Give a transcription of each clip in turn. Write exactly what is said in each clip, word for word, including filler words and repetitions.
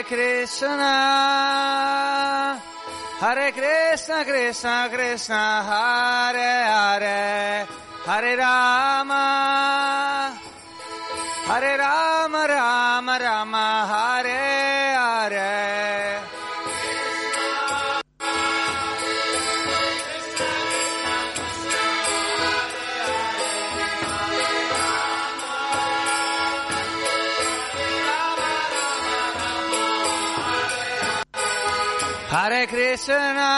Krishna, Hare Krishna, Krishna Krishna, Hare Hare, Hare Rama, Hare Rama, Rama Rama, Hare Hare. Hare Krishna,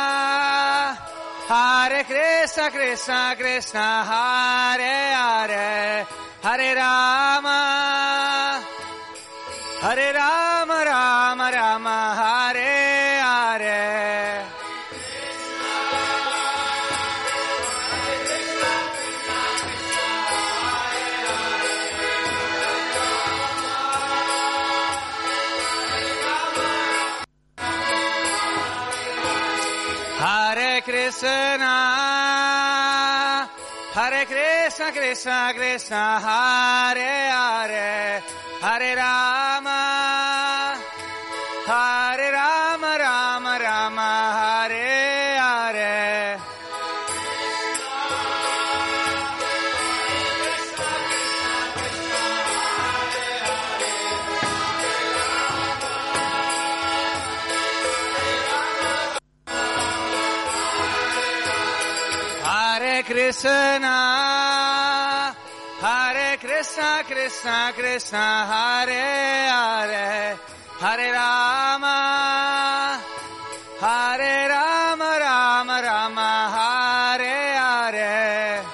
Hare Krishna, Krishna Krishna, Hare Hare, Hare Rama, Hare Rama, Rama Rama, Hare Hare. Hare Krishna, Hare Krishna, Krishna Krishna, Hare Hare, Hare Rama, Hare Rama, Rama Rama, Hare Hare. Hare Krishna, Hare Krishna, Krishna Krishna, Hare Hare, Hare Rama, Hare Rama, Rama Rama, Hare Hare.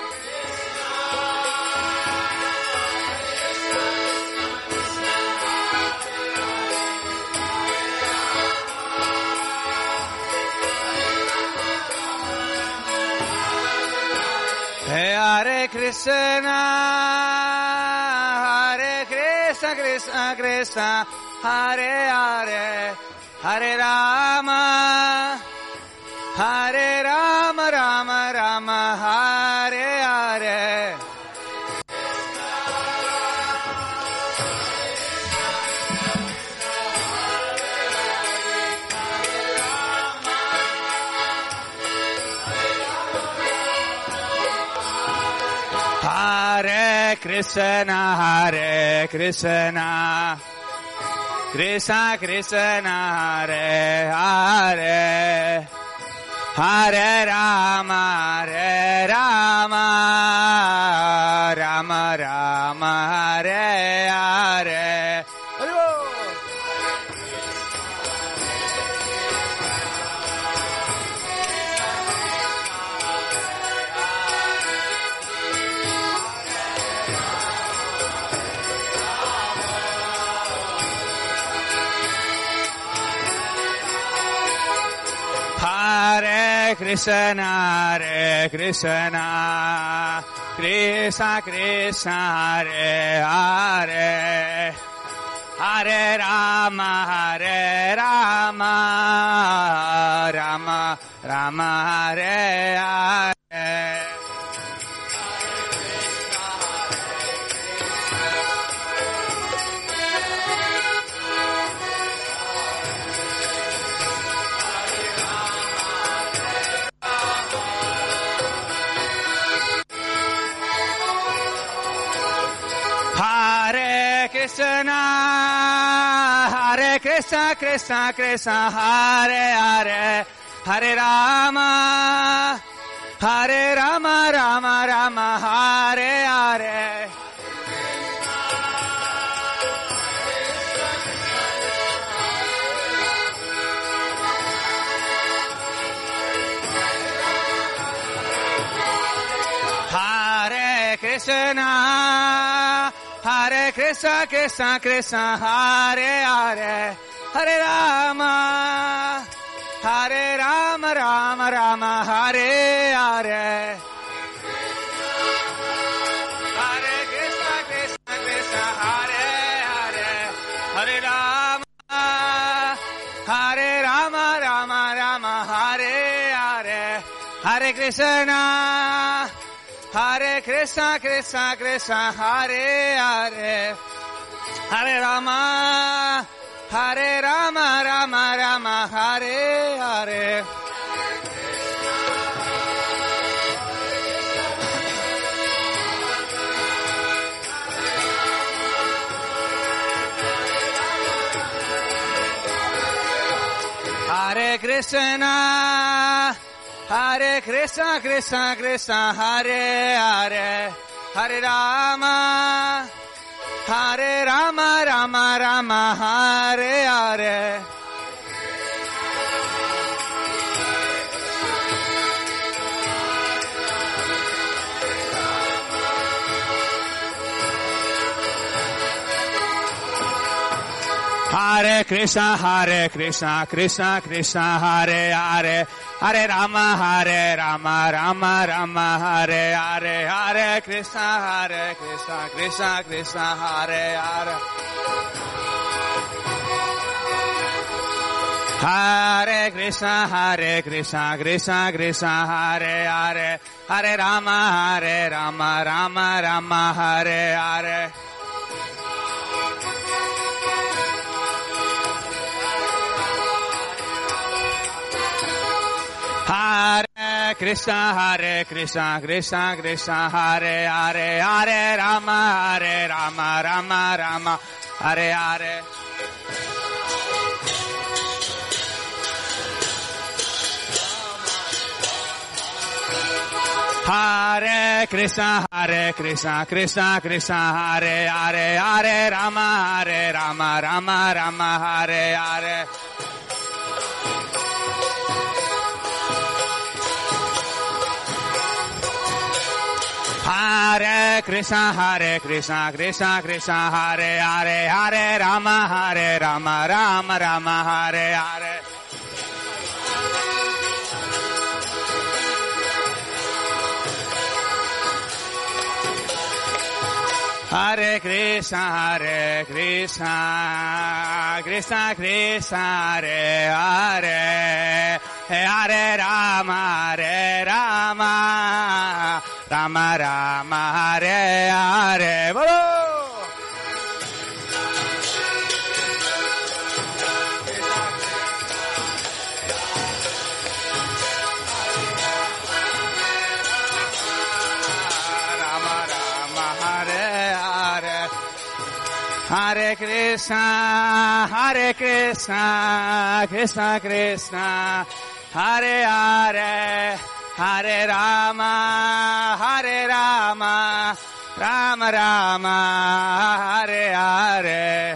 Hare Krishna, Hare Krishna, Krishna Krishna, Hare Hare, Hare Rama, Hare Rama, Rama Rama, Hare Hare. Hare Krishna, Hare Krishna, Krishna Krishna, Hare Hare, Hare Rama, Hare Rama, Rama Rama, Hare Hare. Hare Krishna, Hare Krishna, Krishna Krishna, Hare Hare, Hare Rama, Hare Rama, Rama Rama, Hare Hare. Hare Krishna, Hare Krishna, Krishna Krishna, Hare Hare, Hare Rama, Hare Rama, Rama Rama, Hare Hare. Hare Krishna, Hare Krishna, Krishna Krishna, Hare Hare, Hare Rama, Hare Rama, Rama Rama, Hare Hare. Hare Krishna, Krishna Krishna, Hare Hare, Hare Rama, Hare Rama, Rama Rama, Hare Hare. Hare Krishna, Hare Krishna, Krishna Krishna, Hare Hare, Hare Rama, Hare Rama, Rama Rama, Hare Hare. Hare Krishna, Hare Krishna, Krishna Krishna, Hare Hare, Hare Rama, Hare Rama, Rama Rama, Hare Hare. Hare Krishna, Hare Krishna, Krishna Krishna, Hare Hare, Hare Rama, Hare Rama, Rama Rama, Hare Hare, Hare Krishna, Hare Krishna, Krishna Krishna, Hare Hare. Hare Krishna, Hare Krishna, Krishna Krishna, Hare Hare, Hare Rama, Hare Rama, Rama Rama, Hare Hare. Hare Krishna, Hare Krishna, Krishna Krishna, Hare Hare, Hare Rama, Hare Rama, Rama Rama, Hare Hare. Hare Krishna, Hare Krishna, Krishna Krishna, Hare Hare, Hare Rama, Hare Rama, Rama Rama, Hare Hare. Hare Krishna, Hare Krishna, Krishna Krishna, Hare Hare, Hare Rama, Hare Rama, Rama Rama, Hare Hare. Hare Krishna, Hare Krishna, Krishna Krishna, Hare Hare, Hare Rama, Hare Rama, Rama Rama, Hare Hare. Bolo! Hare Krishna, Hare Krishna, Krishna Krishna, Hare Hare, Hare Rama, Hare Rama, Rama Rama, Hare Hare.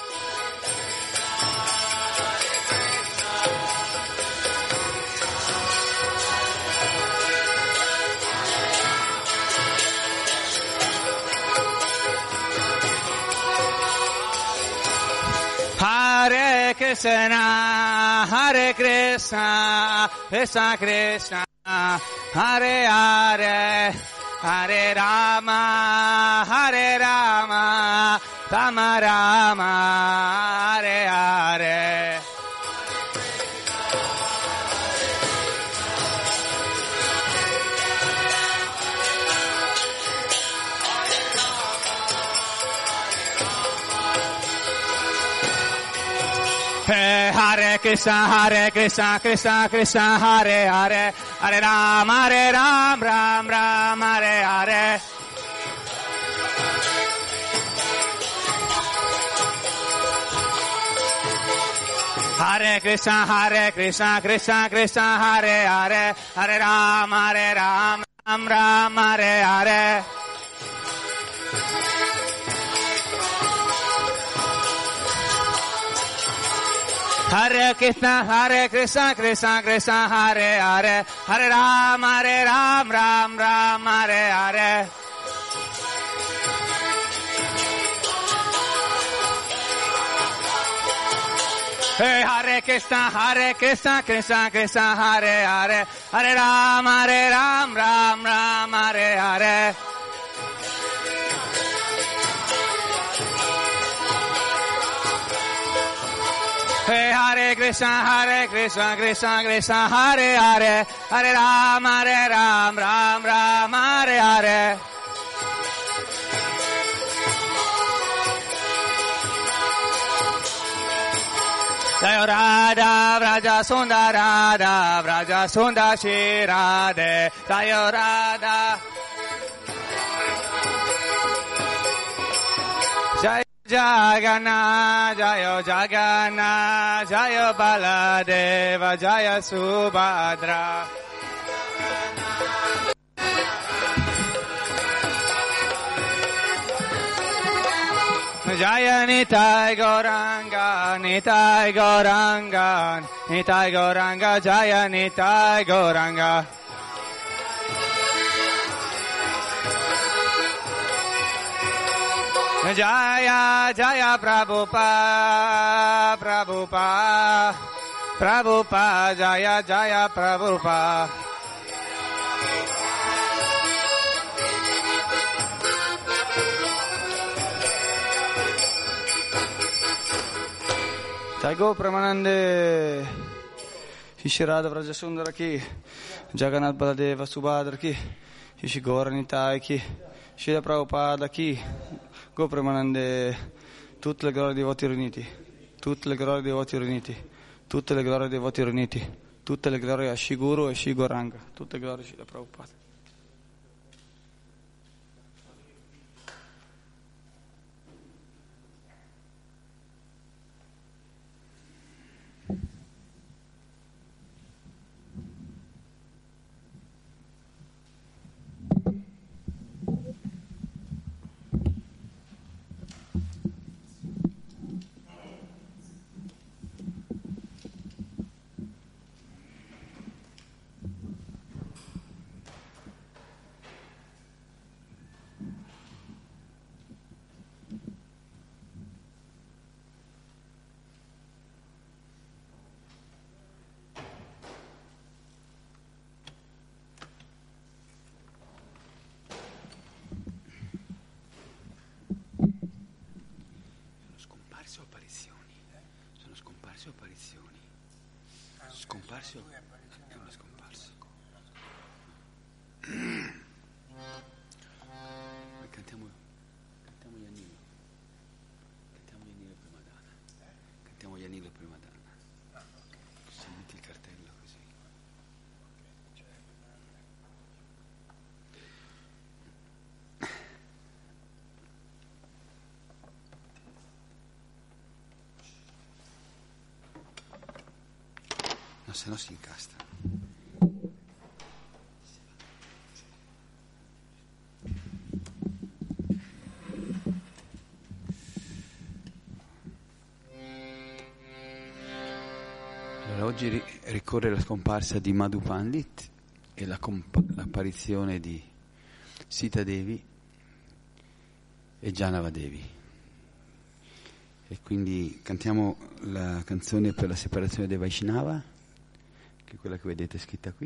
Hare Krishna, Hare Krishna, Krishna Krishna, Hare Hare, Hare Rama, Hare Rama, Rama Rama, Hare Hare. Hare Krishna, Hare Krishna, Krishna Krishna, Hare Hare, Hare Ram, Hare Ram, Ram Ram, Hare Hare. Hare Krishna, Hare Krishna, Krishna Krishna, Hare Hare, Hare Ram, Hare Ram, Ram Ram, Hare Hare. Hare Krishna, Hare Krishna, Krishna Krishna, Hare Hare, Hare Ram, Hare Ram, Ram Ram, Hare Hare. Hey, Hare Krishna, Hare Krishna, Krishna Krishna, Hare Hare, Hare Ram, Hare Ram, Ram Ram, Hare Hare. Hey, Hare Krishna, Hare Krishna, Krishna Krishna, Hare Hare, Hare Ram, Hare Ram, Ram Ram, Hare Hare. Jaya Radha Vraja Sundarada Vraja Sundar Shri Radhe Jaya Radha Jaya Jagannath Jaya Jagannath Jaya Baladeva Jaya Subhadra Jaya Nitai Gauranga, Nitai Gauranga, Nitai Gauranga, Jaya Nitai Gauranga. Jaya, Jaya Prabhupada, Prabhupada, Prabhupada, Jaya, Jaya Prabhupada. Taigo Pramanande Shri Radha Vraja Sundara ki Jagannath Baladeva Subhadra ki Shri Gaura Nitai ki Shri Prabhupada ki Go Pramanande tutte le glorie dei voti riuniti tutte le glorie dei voti riuniti tutte le glorie dei voti riuniti tutte le glorie a Shri Guru e Shri Gauranga tutte le glorie a Shri Prabhupada. Scomparsi o è una scomparsa? Cantiamo, cantiamo Iannino. Cantiamo Iannino prima Dana. Cantiamo Iannino prima Dana. Se metti il cartello così. No, se no si incastra. Allora, oggi ricorre la scomparsa di Madhu Pandit e la compa- l'apparizione di Sita Devi e Janava Devi. E quindi cantiamo la canzone per la separazione dei Vaishnava, che è quella che vedete scritta qui.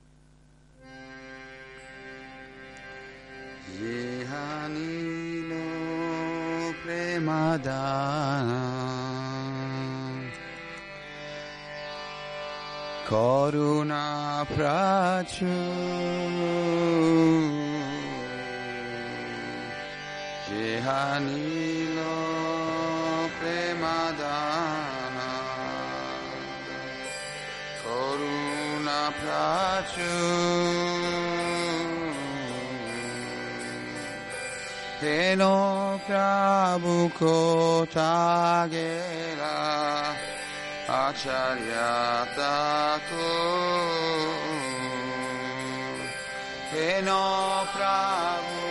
Yehanilo premadana Karuna prachu Yehanilo premadana Karuna prachu Eno Prabhu Kotagera Acharya Tato Eno Prabhu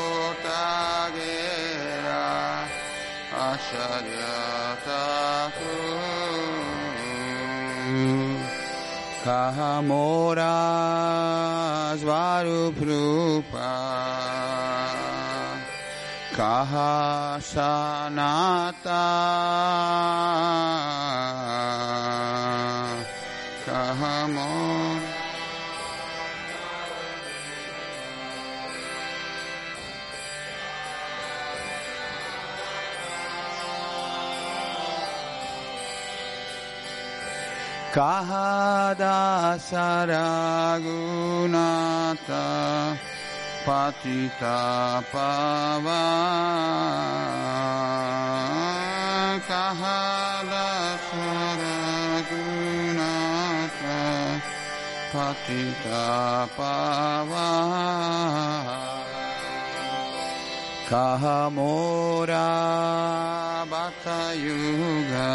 Kotagera Acharya Tato Kahamora Svaruprupa Kaha sanata Kahamon Kaha dasaragunata Patita Pavan Kahadasara patita pavana kahamora bhakta yuga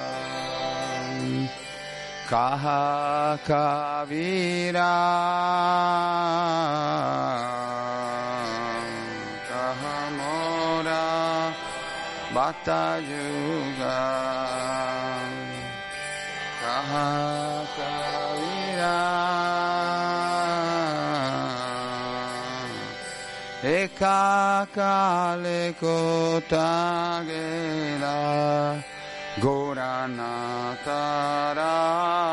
kaha kavira kahamora bhakta yuga kaha kavira eka kale kotagela goranatara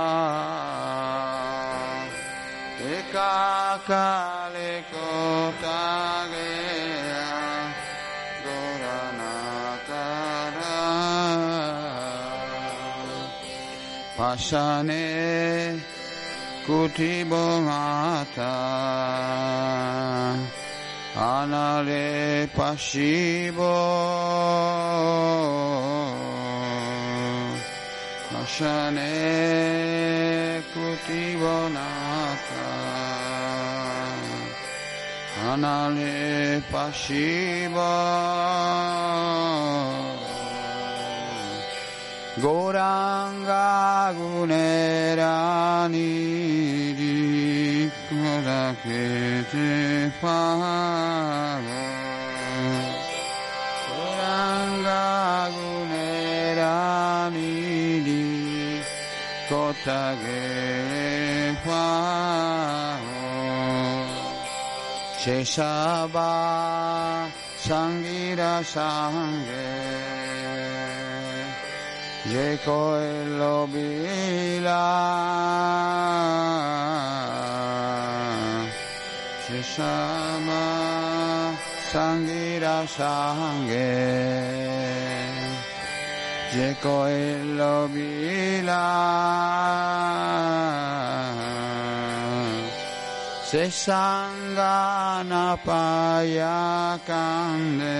eka kale kotagela goranatara pasane kutibomata anale pashibo pasane kutibonata anale pashibo Goranga gunerani kodakete pago Goranga gunerani kodakete pago Sheshaba sangira sange Jeko elobila Sheshama sangira sange Jeko elobila Sesangana payakande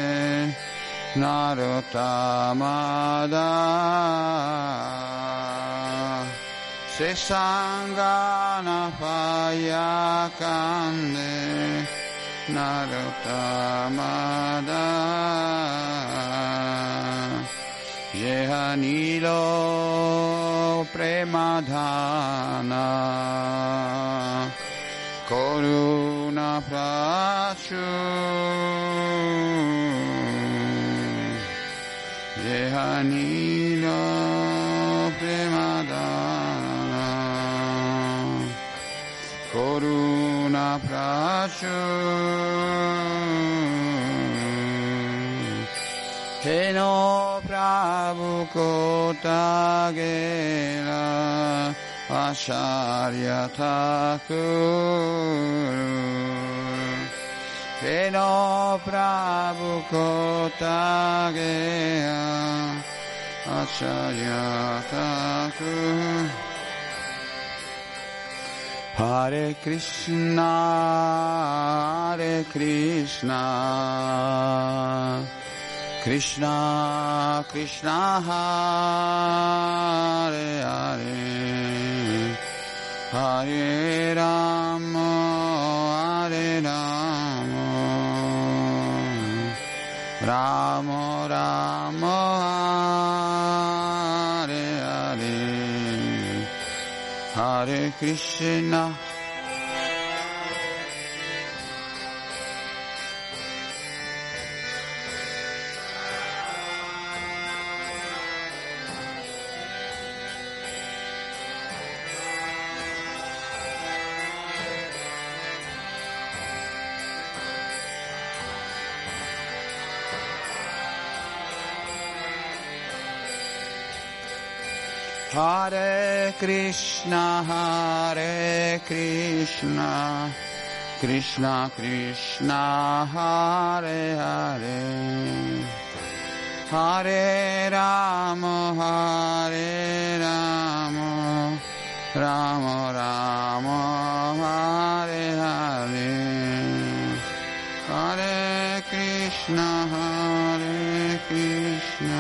Narotamada Sesangana payakande Narotamada Yehanilo premadhana Koruna prachu Jehanilo premadana Koruna prachu Heno Prabhu Kotagela Acharya Thakuru Heno Prabhu Kotagela Acharya Thakuru Hare Krishna Hare Krishna Krishna Krishna Hare Hare Hare Rama Hare Rama Rama Rama Hare Hare Hare Krishna Hare Krishna, Hare Krishna, Krishna Krishna, Hare Hare, Hare Rama, Hare Rama, Rama Rama, Hare Hare, Hare Krishna, Hare Krishna,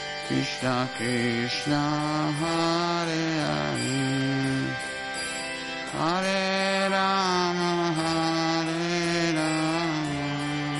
Krishna Krishna Hare Hare Hare Rama, Hare Rama,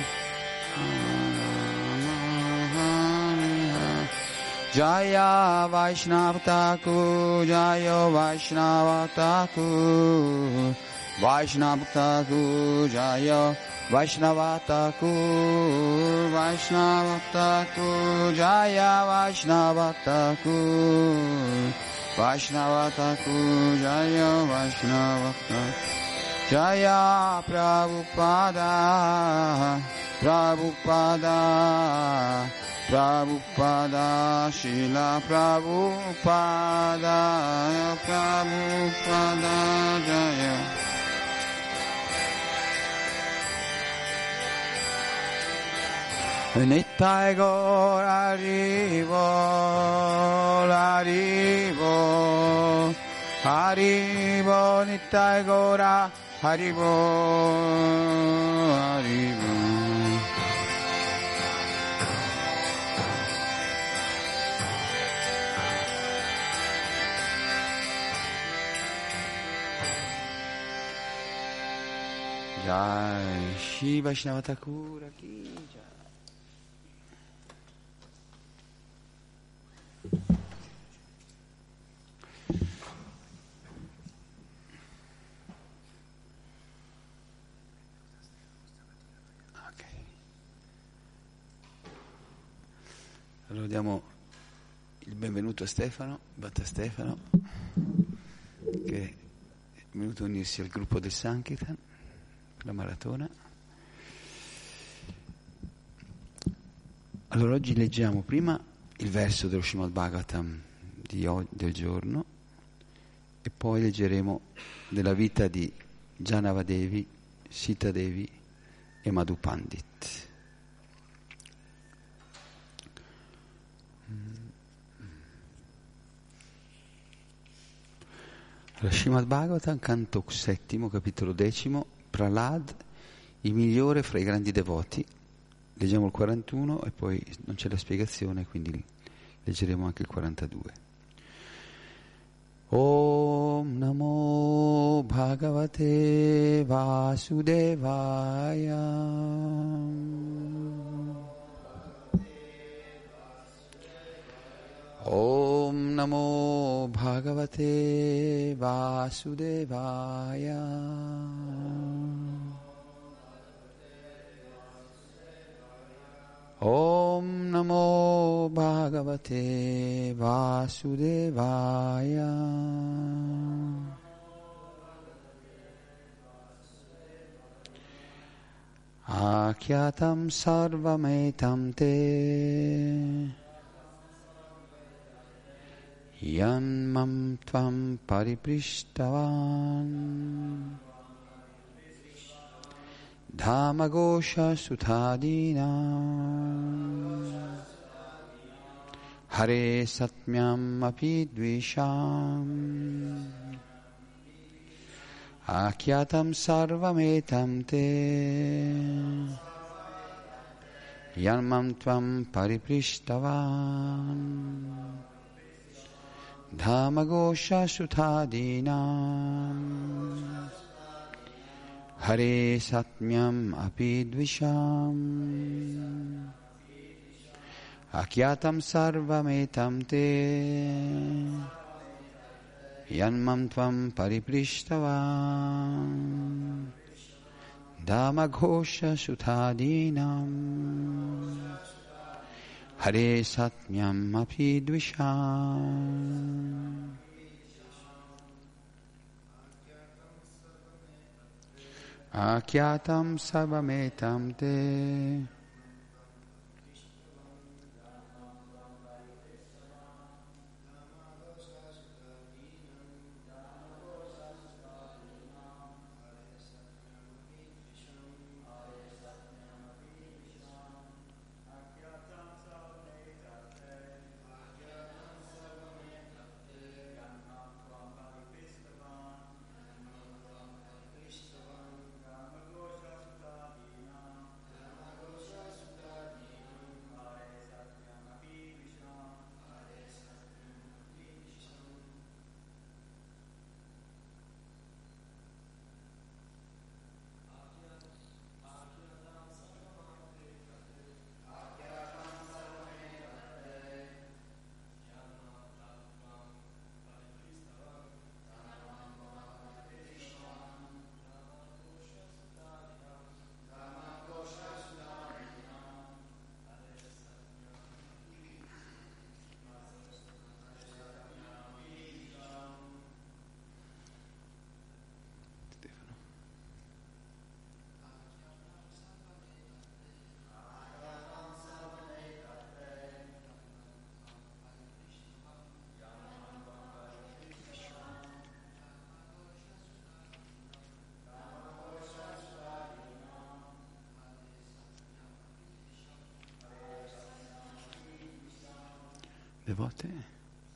Jaya Vaishnava Thakur, Jaya Vaishnava Thakur, Vaishnava Thakur, Jaya Vaishnava Thakur, Vaishnava Thakur, Jaya Vaishnava Thakur, Vaishnava Thakur, Jaya Vaishnava Thakur, Jaya Prabhupada, Prabhupada, Prabhupada, Srila Prabhupada, Prabhupada, Jaya. Nittai Gaur Haribol, Haribol, Haribol, Nittai Gaur Haribol, Haribol. Jai Shri Vaishnava Thakur Ki Jai. Allora diamo il benvenuto a Stefano, Bhatta Stefano, che è venuto a unirsi al gruppo del Sankirtan, la maratona. Allora oggi leggiamo prima il verso dello Srimad Bhagavatam di oggi, del giorno, e poi leggeremo della vita di Janavadevi, Sita Devi e Madhu Pandit. La Srimad Bhagavatam, canto settimo, capitolo decimo, Prahlad, il migliore fra i grandi devoti. Leggiamo il quarantuno e poi non c'è la spiegazione, quindi leggeremo anche il quarantadue. Om Namo Bhagavate Vasudevaya. Om Namo Bhagavate Vasudevaya. Om Namo Bhagavate Vasudevaya. Akyatam sarvametam te Yanmam tvam pariprishtavan Dhamagosha sutadina Hare satmyam api dvisham Akyatam sarvametam te Yanmam tvam pariprishtavan Dhamagosha sutadinam Hare satmyam api dvisham Akyatam sarvametam te Yanmam tvam pariprishtavam Dhamagosha sutadinam Hare satmyam api dvisham. Akyatam sarvametam te devote.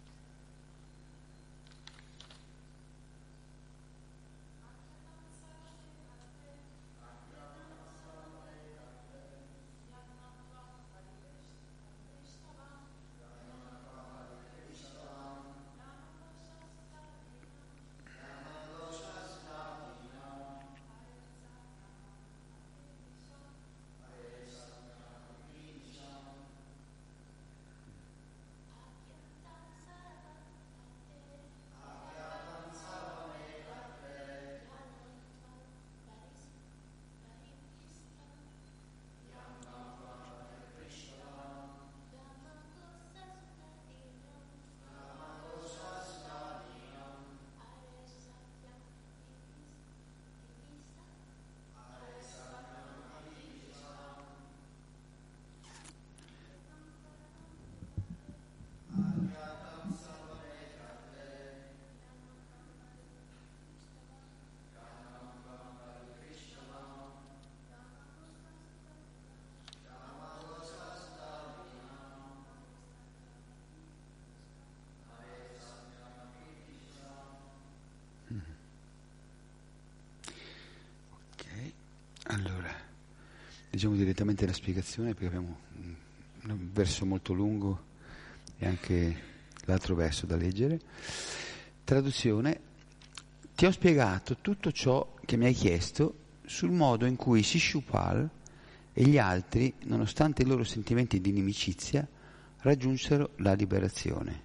Allora, leggiamo direttamente la spiegazione perché abbiamo un verso molto lungo e anche l'altro verso da leggere. Traduzione: ti ho spiegato tutto ciò che mi hai chiesto sul modo in cui Shishupal e gli altri, nonostante i loro sentimenti di inimicizia, raggiunsero la liberazione.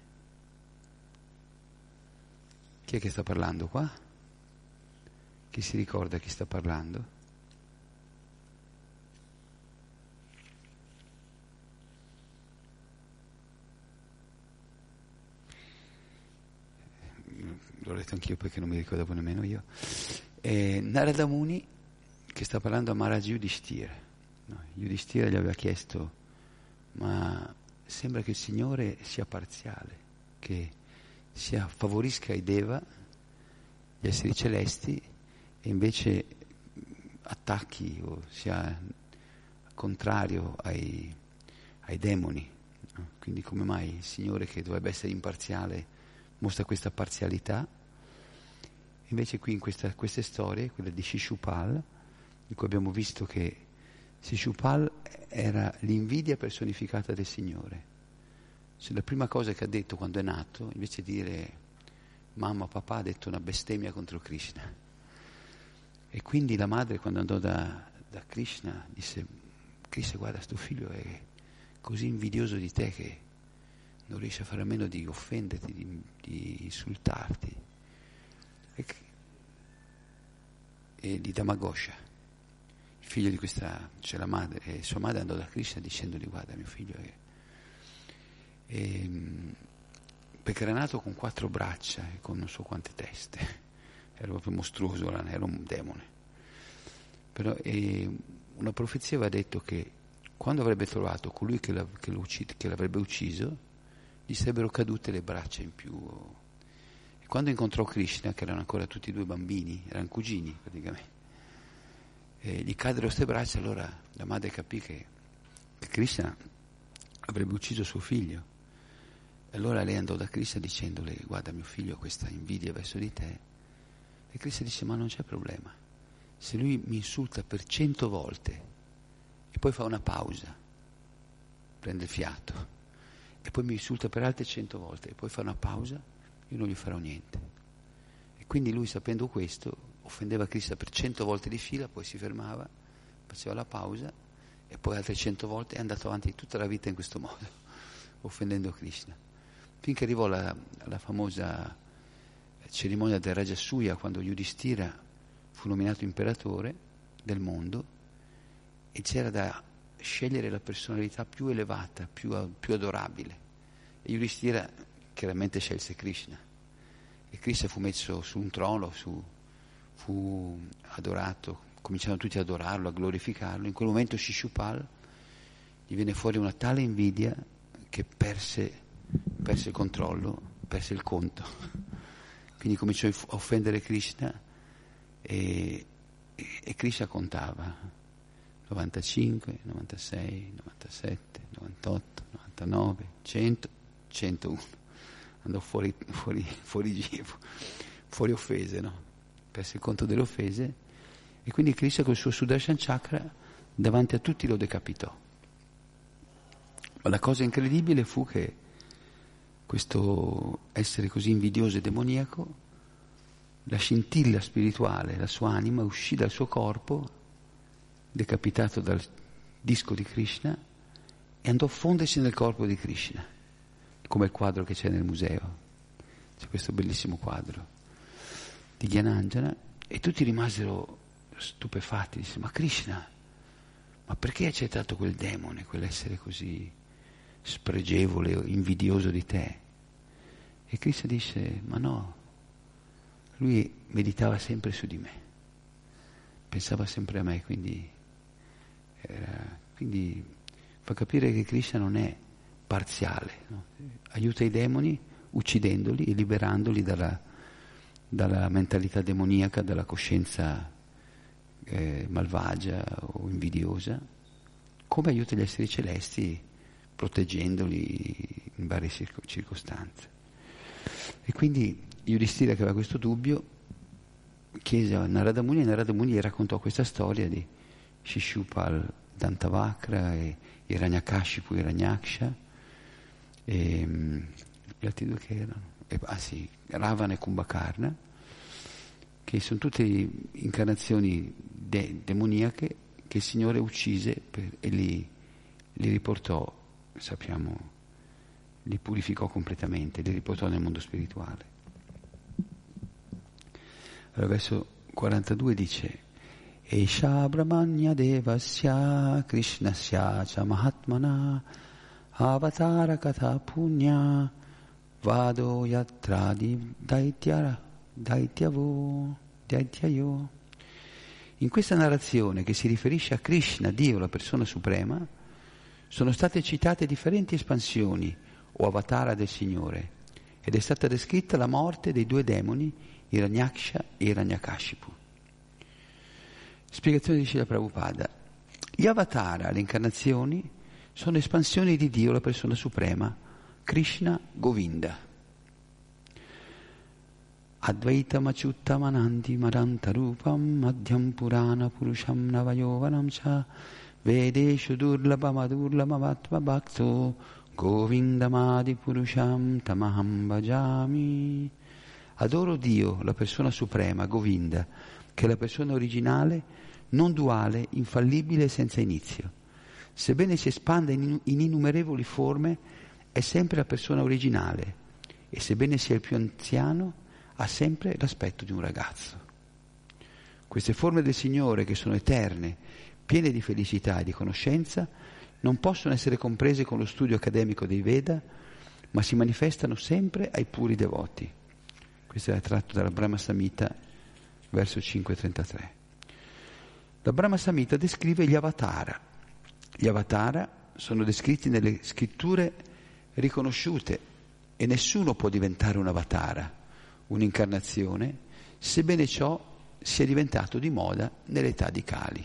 Chi è che sta parlando qua? Chi si ricorda chi sta parlando? L'ho letto anch'io perché non mi ricordavo nemmeno io. E Narada Muni che sta parlando a Maharaj Yudhishthira. No, Yudhishthira gli aveva chiesto: ma sembra che il Signore sia parziale, che sia favorisca i Deva, gli esseri celesti, e invece attacchi o sia contrario ai, ai demoni. No? Quindi come mai il Signore, che dovrebbe essere imparziale, mostra questa parzialità? Invece qui in questa, queste storie, quella di Shishupal, in cui abbiamo visto che Shishupal era l'invidia personificata del Signore. Cioè, la prima cosa che ha detto quando è nato, invece di dire mamma, papà, ha detto una bestemmia contro Krishna. E quindi la madre, quando andò da, da Krishna, disse: Krishna, guarda, sto figlio è così invidioso di te che non riesce a fare a meno di offenderti, di, di insultarti. E, e di Damagosha, il figlio di questa, cioè la madre, e sua madre andò da Krishna dicendogli: guarda, mio figlio è, e, perché era nato con quattro braccia e con non so quante teste, era proprio mostruoso, era un demone. Però e, una profezia aveva detto che quando avrebbe trovato colui che, la, che, lo uccid, che l'avrebbe ucciso, gli sarebbero cadute le braccia in più. E quando incontrò Krishna, che erano ancora tutti e due bambini, erano cugini praticamente, e gli caddero queste braccia, allora la madre capì che, che Krishna avrebbe ucciso suo figlio. E allora lei andò da Krishna dicendole: guarda, mio figlio ha questa invidia verso di te. E Krishna disse: ma non c'è problema, se lui mi insulta per cento volte e poi fa una pausa, prende il fiato, e poi mi insulta per altre cento volte e poi fa una pausa, io non gli farò niente. E quindi lui, sapendo questo, offendeva Krishna per cento volte di fila, poi si fermava, faceva la pausa e poi altre cento volte, è andato avanti tutta la vita in questo modo, offendendo Krishna, finché arrivò alla, alla famosa cerimonia del Rajasuya, quando Yudhishthira fu nominato imperatore del mondo e c'era da scegliere la personalità più elevata, più, più adorabile, e Yudhishthira chiaramente scelse Krishna, e Krishna fu messo su un trono, su, fu adorato, cominciarono tutti ad adorarlo, a glorificarlo. In quel momento Shishupal gli venne fuori una tale invidia che perse, perse il controllo, perse il conto, quindi cominciò a offendere Krishna e, e, e Krishna contava novantacinque, novantasei, novantasette, novantotto, novantanove, cento, centouno, andò fuori, fuori, fuori, fuori offese, no? Perse il conto delle offese, e quindi Krishna col suo Sudarshan Chakra davanti a tutti lo decapitò. Ma la cosa incredibile fu che questo essere così invidioso e demoniaco, la scintilla spirituale, la sua anima uscì dal suo corpo, decapitato dal disco di Krishna, e andò a fondersi nel corpo di Krishna, come il quadro che c'è nel museo. C'è questo bellissimo quadro di Gyananjana, e tutti rimasero stupefatti, dissero: ma Krishna, ma perché hai accettato quel demone, quell'essere così spregevole, invidioso di te? E Krishna disse: ma no, lui meditava sempre su di me, pensava sempre a me, quindi, era, quindi fa capire che Krishna non è parziale, no? Aiuta i demoni uccidendoli e liberandoli dalla, dalla mentalità demoniaca, dalla coscienza eh, malvagia o invidiosa, come aiuta gli esseri celesti proteggendoli in varie circo- circostanze. E quindi Yudhishthira, che aveva questo dubbio, chiese a Narada Muni, e Narada Muni gli raccontò questa storia di Shishupal Dantavakra e Hiranyakashipu Hiranyaksha e um, gli altri due che erano, e, ah sì, Ravana e Kumbhakarna, che sono tutte incarnazioni de- demoniache che il Signore uccise per, e li, li riportò, sappiamo, li purificò completamente, li riportò nel mondo spirituale. Allora, verso quarantadue dice: Esha Brahmanya Devasya Krishnasya Cha Mahatmana Avatara Katha Punya Vado Yatradi Daityara Daityavo Daityayo. In questa narrazione, che si riferisce a Krishna, Dio, la persona suprema, sono state citate differenti espansioni o avatara del Signore, ed è stata descritta la morte dei due demoni Hiranyaksha e Hiranyakashipu. Spiegazione di Srila Prabhupada: gli avatara, le incarnazioni, sono espansioni di Dio, la persona suprema, Krishna Govinda. Advaita Machuttamananti Maranta Rupam Madhyam Purana Purusham Navayovanam Cha Vedeshu Durlabham Durlabhamatma Bhakto Govindamadi Purusham Tamaham Bhajami. Adoro Dio, la persona suprema, Govinda, che è la persona originale, non duale, infallibile e senza inizio. Sebbene si espanda in, in innumerevoli forme, è sempre la persona originale, e sebbene sia il più anziano, ha sempre l'aspetto di un ragazzo. Queste forme del Signore, che sono eterne, piene di felicità e di conoscenza, non possono essere comprese con lo studio accademico dei Veda, ma si manifestano sempre ai puri devoti. Questo è tratto dalla Brahma Samhita, verso cinque trentatré. La Brahma Samhita descrive gli avatara. Gli avatara sono descritti nelle scritture riconosciute, e nessuno può diventare un avatara, un'incarnazione, sebbene ciò sia diventato di moda nell'età di Kali.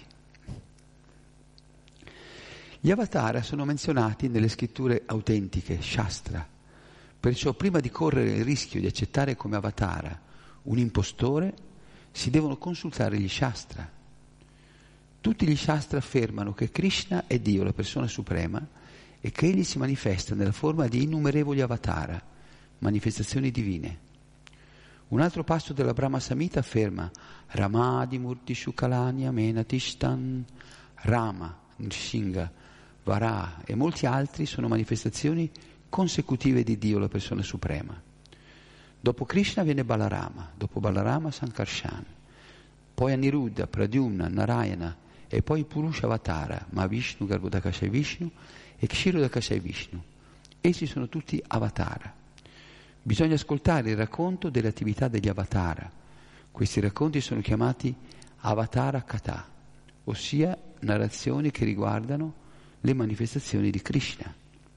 Gli avatara sono menzionati nelle scritture autentiche, Shastra, perciò prima di correre il rischio di accettare come avatara un impostore, si devono consultare gli Shastra. Tutti gli Shastra affermano che Krishna è Dio, la persona suprema, e che egli si manifesta nella forma di innumerevoli avatara, manifestazioni divine. Un altro passo della Brahma Samhita afferma Ramadi Murti Shukalani Amena Tishtan. Rama, Nrsinga, Varaha e molti altri sono manifestazioni consecutive di Dio, la persona suprema. Dopo Krishna viene Balarama, dopo Balarama Sankarshan, poi Aniruddha, Pradyumna, Narayana e poi Purusha Avatara, Mahavishnu, Garbhodakashayi Vishnu e Kshirodakashayi Vishnu. Essi sono tutti avatara. Bisogna ascoltare il racconto delle attività degli avatara. Questi racconti sono chiamati Avatara Katha, ossia narrazioni che riguardano le manifestazioni di Krishna.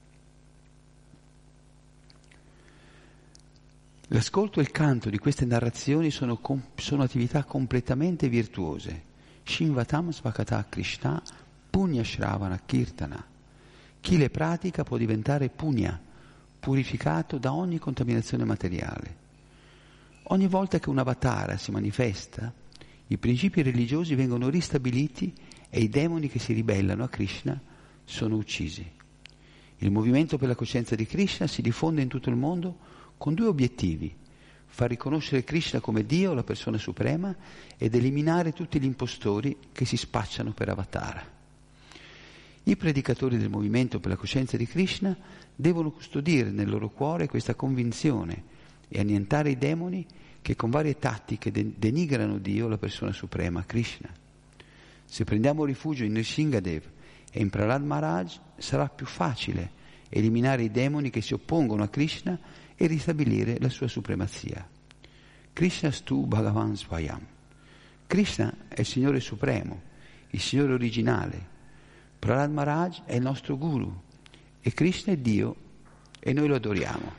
L'ascolto e il canto di queste narrazioni sono, com- sono attività completamente virtuose. Shinvatam Svakata Krishna Punya Shravana Kirtana. Chi le pratica può diventare punya, purificato da ogni contaminazione materiale. Ogni volta che un avatara si manifesta, i principi religiosi vengono ristabiliti e i demoni che si ribellano a Krishna sono uccisi. Il movimento per la coscienza di Krishna si diffonde in tutto il mondo con due obiettivi: far riconoscere Krishna come Dio, la persona suprema, ed eliminare tutti gli impostori che si spacciano per avatara. I predicatori del movimento per la coscienza di Krishna devono custodire nel loro cuore questa convinzione e annientare i demoni che con varie tattiche de- denigrano Dio, la persona suprema, Krishna. Se prendiamo rifugio in Nrsingadev e in Prahlad Maharaj, sarà più facile eliminare i demoni che si oppongono a Krishna e ristabilire la sua supremazia. Krishna stu Bhagavan Swayam. Krishna è il Signore Supremo, il Signore originale. Prahlad Maharaj è il nostro Guru e Krishna è Dio e noi lo adoriamo.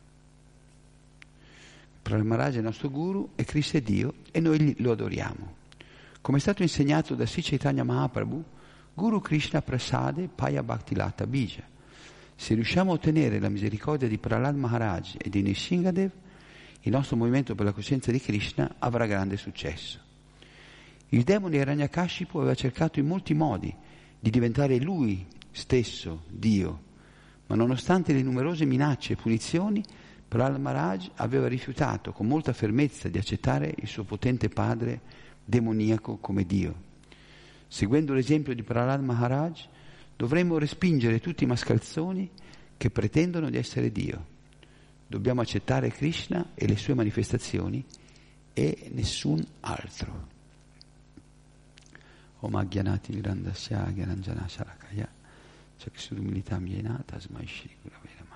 Prahlad Maharaj è il nostro Guru e Krishna è Dio e noi lo adoriamo. Come è stato insegnato da Sri Chaitanya Mahaprabhu, Guru Krishna Prasade Paya Bhaktilata Bija. Se riusciamo a ottenere la misericordia di Prahlad Maharaj e di Nrsingadev, il nostro movimento per la coscienza di Krishna avrà grande successo. Il demone Hiranyakashipu aveva cercato in molti modi di diventare lui stesso Dio, ma nonostante le numerose minacce e punizioni, Prahlad Maharaj aveva rifiutato con molta fermezza di accettare il suo potente padre demoniaco come Dio. Seguendo l'esempio di Prahlad Maharaj, dovremmo respingere tutti i mascalzoni che pretendono di essere Dio. Dobbiamo accettare Krishna e le sue manifestazioni e nessun altro. Om Agyanati Nirandasya Gyananjana Sharakaya Chaksurumilitam Yena Tasmai Shri Gurave Namah.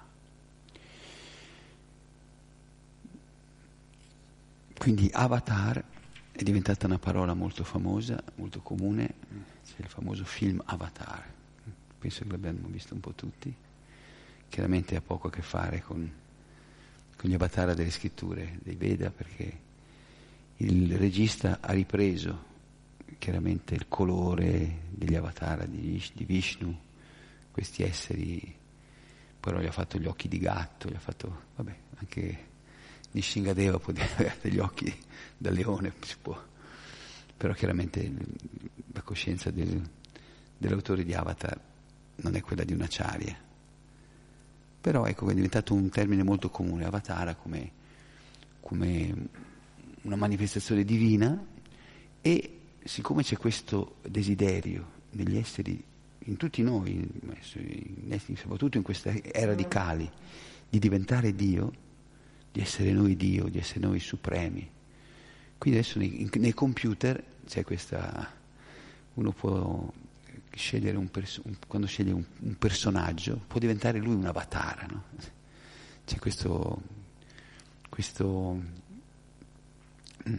Quindi avatar è diventata una parola molto famosa, molto comune, c'è il famoso film Avatar, penso che l'abbiamo visto un po' tutti, chiaramente ha poco a che fare con, con gli avatar delle scritture, dei Veda, perché il regista ha ripreso chiaramente il colore degli avatar di, di Vishnu, questi esseri, però gli ha fatto gli occhi di gatto, gli ha fatto, vabbè, anche Nrsingadeva poteva avere degli occhi da leone, si può, però chiaramente la coscienza del, dell'autore di Avatar non è quella di un acharya. Però ecco, è diventato un termine molto comune, Avatara, come, come una manifestazione divina, e siccome c'è questo desiderio negli esseri, in tutti noi, soprattutto in questa era di Kali, di diventare Dio, di essere noi Dio, di essere noi supremi. Quindi adesso nei, nei computer c'è questa, uno può scegliere un, perso, un quando sceglie un, un personaggio, può diventare lui un avatar, no? C'è questo, questo mh,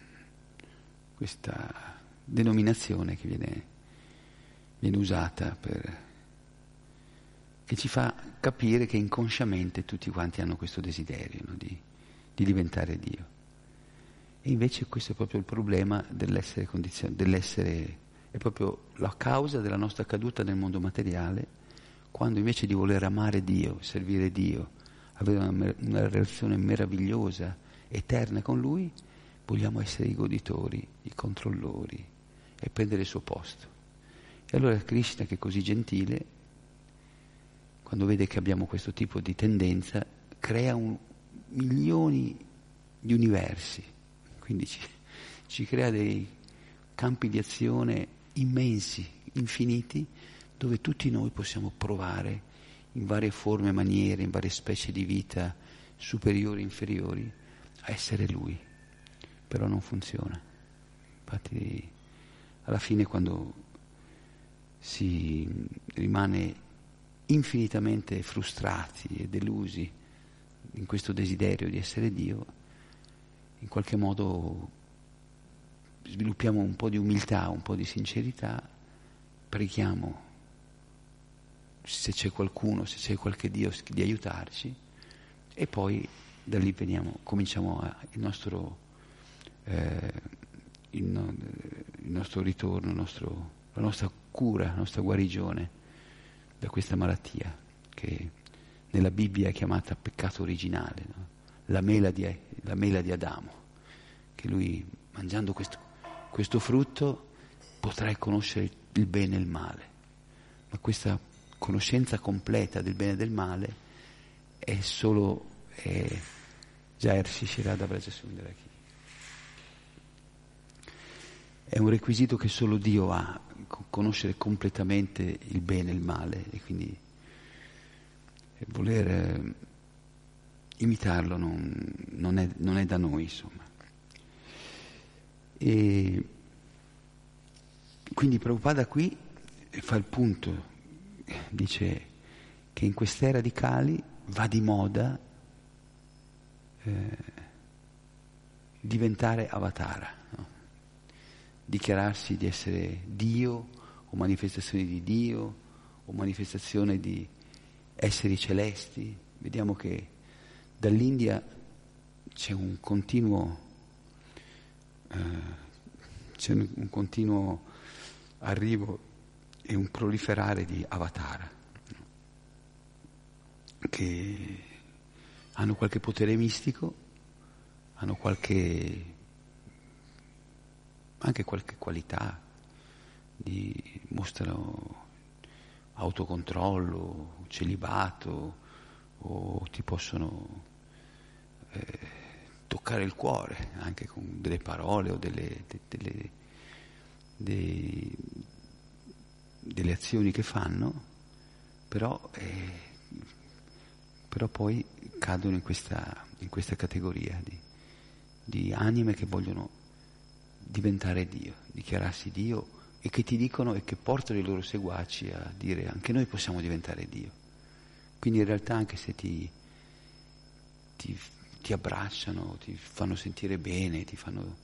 questa denominazione che viene, viene usata per, che ci fa capire che inconsciamente tutti quanti hanno questo desiderio, no? di, di diventare Dio. E invece questo è proprio il problema dell'essere condizionato, dell'essere, è proprio la causa della nostra caduta nel mondo materiale, quando invece di voler amare Dio, servire Dio, avere una, una relazione meravigliosa, eterna con Lui, vogliamo essere i goditori, i controllori e prendere il suo posto. E allora Krishna, che è così gentile, quando vede che abbiamo questo tipo di tendenza, crea un, milioni di universi, quindi ci, ci crea dei campi di azione immensi, infiniti, dove tutti noi possiamo provare in varie forme e maniere, in varie specie di vita superiori e inferiori, a essere Lui. Però non funziona. Infatti alla fine, quando si rimane infinitamente frustrati e delusi in questo desiderio di essere Dio, in qualche modo sviluppiamo un po' di umiltà, un po' di sincerità, preghiamo se c'è qualcuno, se c'è qualche Dio, di aiutarci, e poi da lì veniamo, cominciamo a, il nostro eh, il, no, il nostro ritorno, il nostro, la nostra cura, la nostra guarigione da questa malattia che nella Bibbia è chiamata peccato originale, no? la, mela di, la mela di Adamo, che lui mangiando questo, questo frutto potrai conoscere il bene e il male, ma questa conoscenza completa del bene e del male è solo è, Jai Shri Shri Radha Braja Sundara. È un requisito che solo Dio ha, conoscere completamente il bene e il male, e quindi voler eh, imitarlo non, non, è, non è da noi, insomma. E quindi Prabhupada qui fa il punto, dice che in quest'era di Kali va di moda eh, diventare avatara, no? Dichiararsi di essere Dio o manifestazione di Dio o manifestazione di esseri celesti. Vediamo che dall'India c'è un continuo eh, c'è un, un continuo arrivo e un proliferare di avatar che hanno qualche potere mistico, hanno qualche anche qualche qualità, di, mostrano autocontrollo, celibato, o ti possono eh, toccare il cuore anche con delle parole o delle, de, delle, dei, delle azioni che fanno, però, eh, però poi cadono in questa, in questa categoria di, di anime che vogliono diventare Dio, dichiararsi Dio, e che ti dicono e che portano i loro seguaci a dire anche noi possiamo diventare Dio. Quindi in realtà anche se ti, ti, ti abbracciano, ti fanno sentire bene, ti fanno,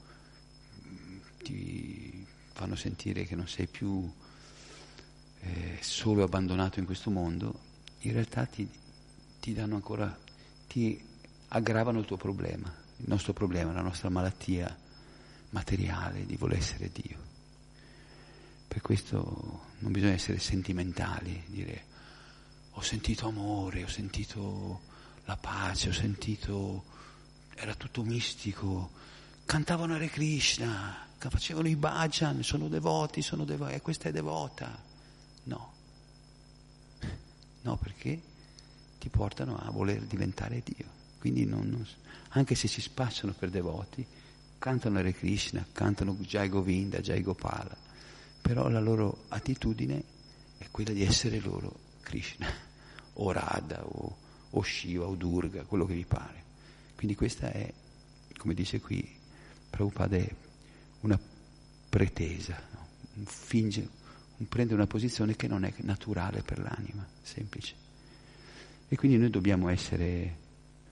ti fanno sentire che non sei più eh, solo abbandonato in questo mondo, in realtà ti, ti danno ancora, ti aggravano il tuo problema, il nostro problema, la nostra malattia materiale di voler essere Dio. Per questo non bisogna essere sentimentali, dire ho sentito amore, ho sentito la pace, ho sentito, era tutto mistico, cantavano Hare Krishna, facevano i bhajan, sono devoti, sono devoti, e questa è devota. No, no, perché ti portano a voler diventare Dio. Quindi non, non, anche se si spacciano per devoti, cantano Hare Krishna, cantano Jai Govinda, Jai Gopala, però la loro attitudine è quella di essere loro Krishna, o Radha, o, o Shiva, o Durga, quello che vi pare. Quindi questa è, come dice qui Prabhupada, è una pretesa, no? un finge, un prendere una posizione che non è naturale per l'anima, semplice. E quindi noi dobbiamo essere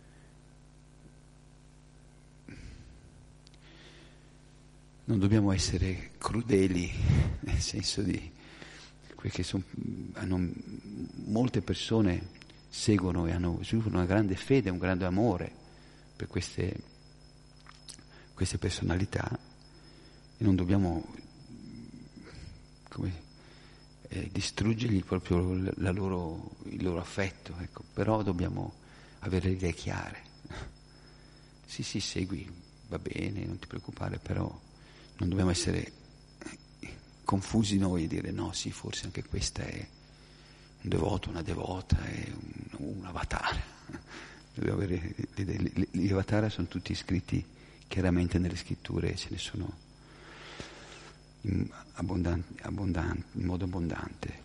non dobbiamo essere crudeli, nel senso di perché son, hanno, molte persone seguono e hanno sviluppano una grande fede, un grande amore per queste, queste personalità, e non dobbiamo come, eh, distruggergli proprio la loro, il loro affetto, ecco. Però dobbiamo avere le idee chiare. Sì, sì, segui, va bene, non ti preoccupare, però non dobbiamo essere confusi noi e dire no, sì, forse anche questa è un devoto, una devota, è un, un avatar. Dobbiamo avere, gli avatar sono tutti scritti chiaramente nelle scritture, ce ne sono in, abbondanti, abbondanti, in modo abbondante.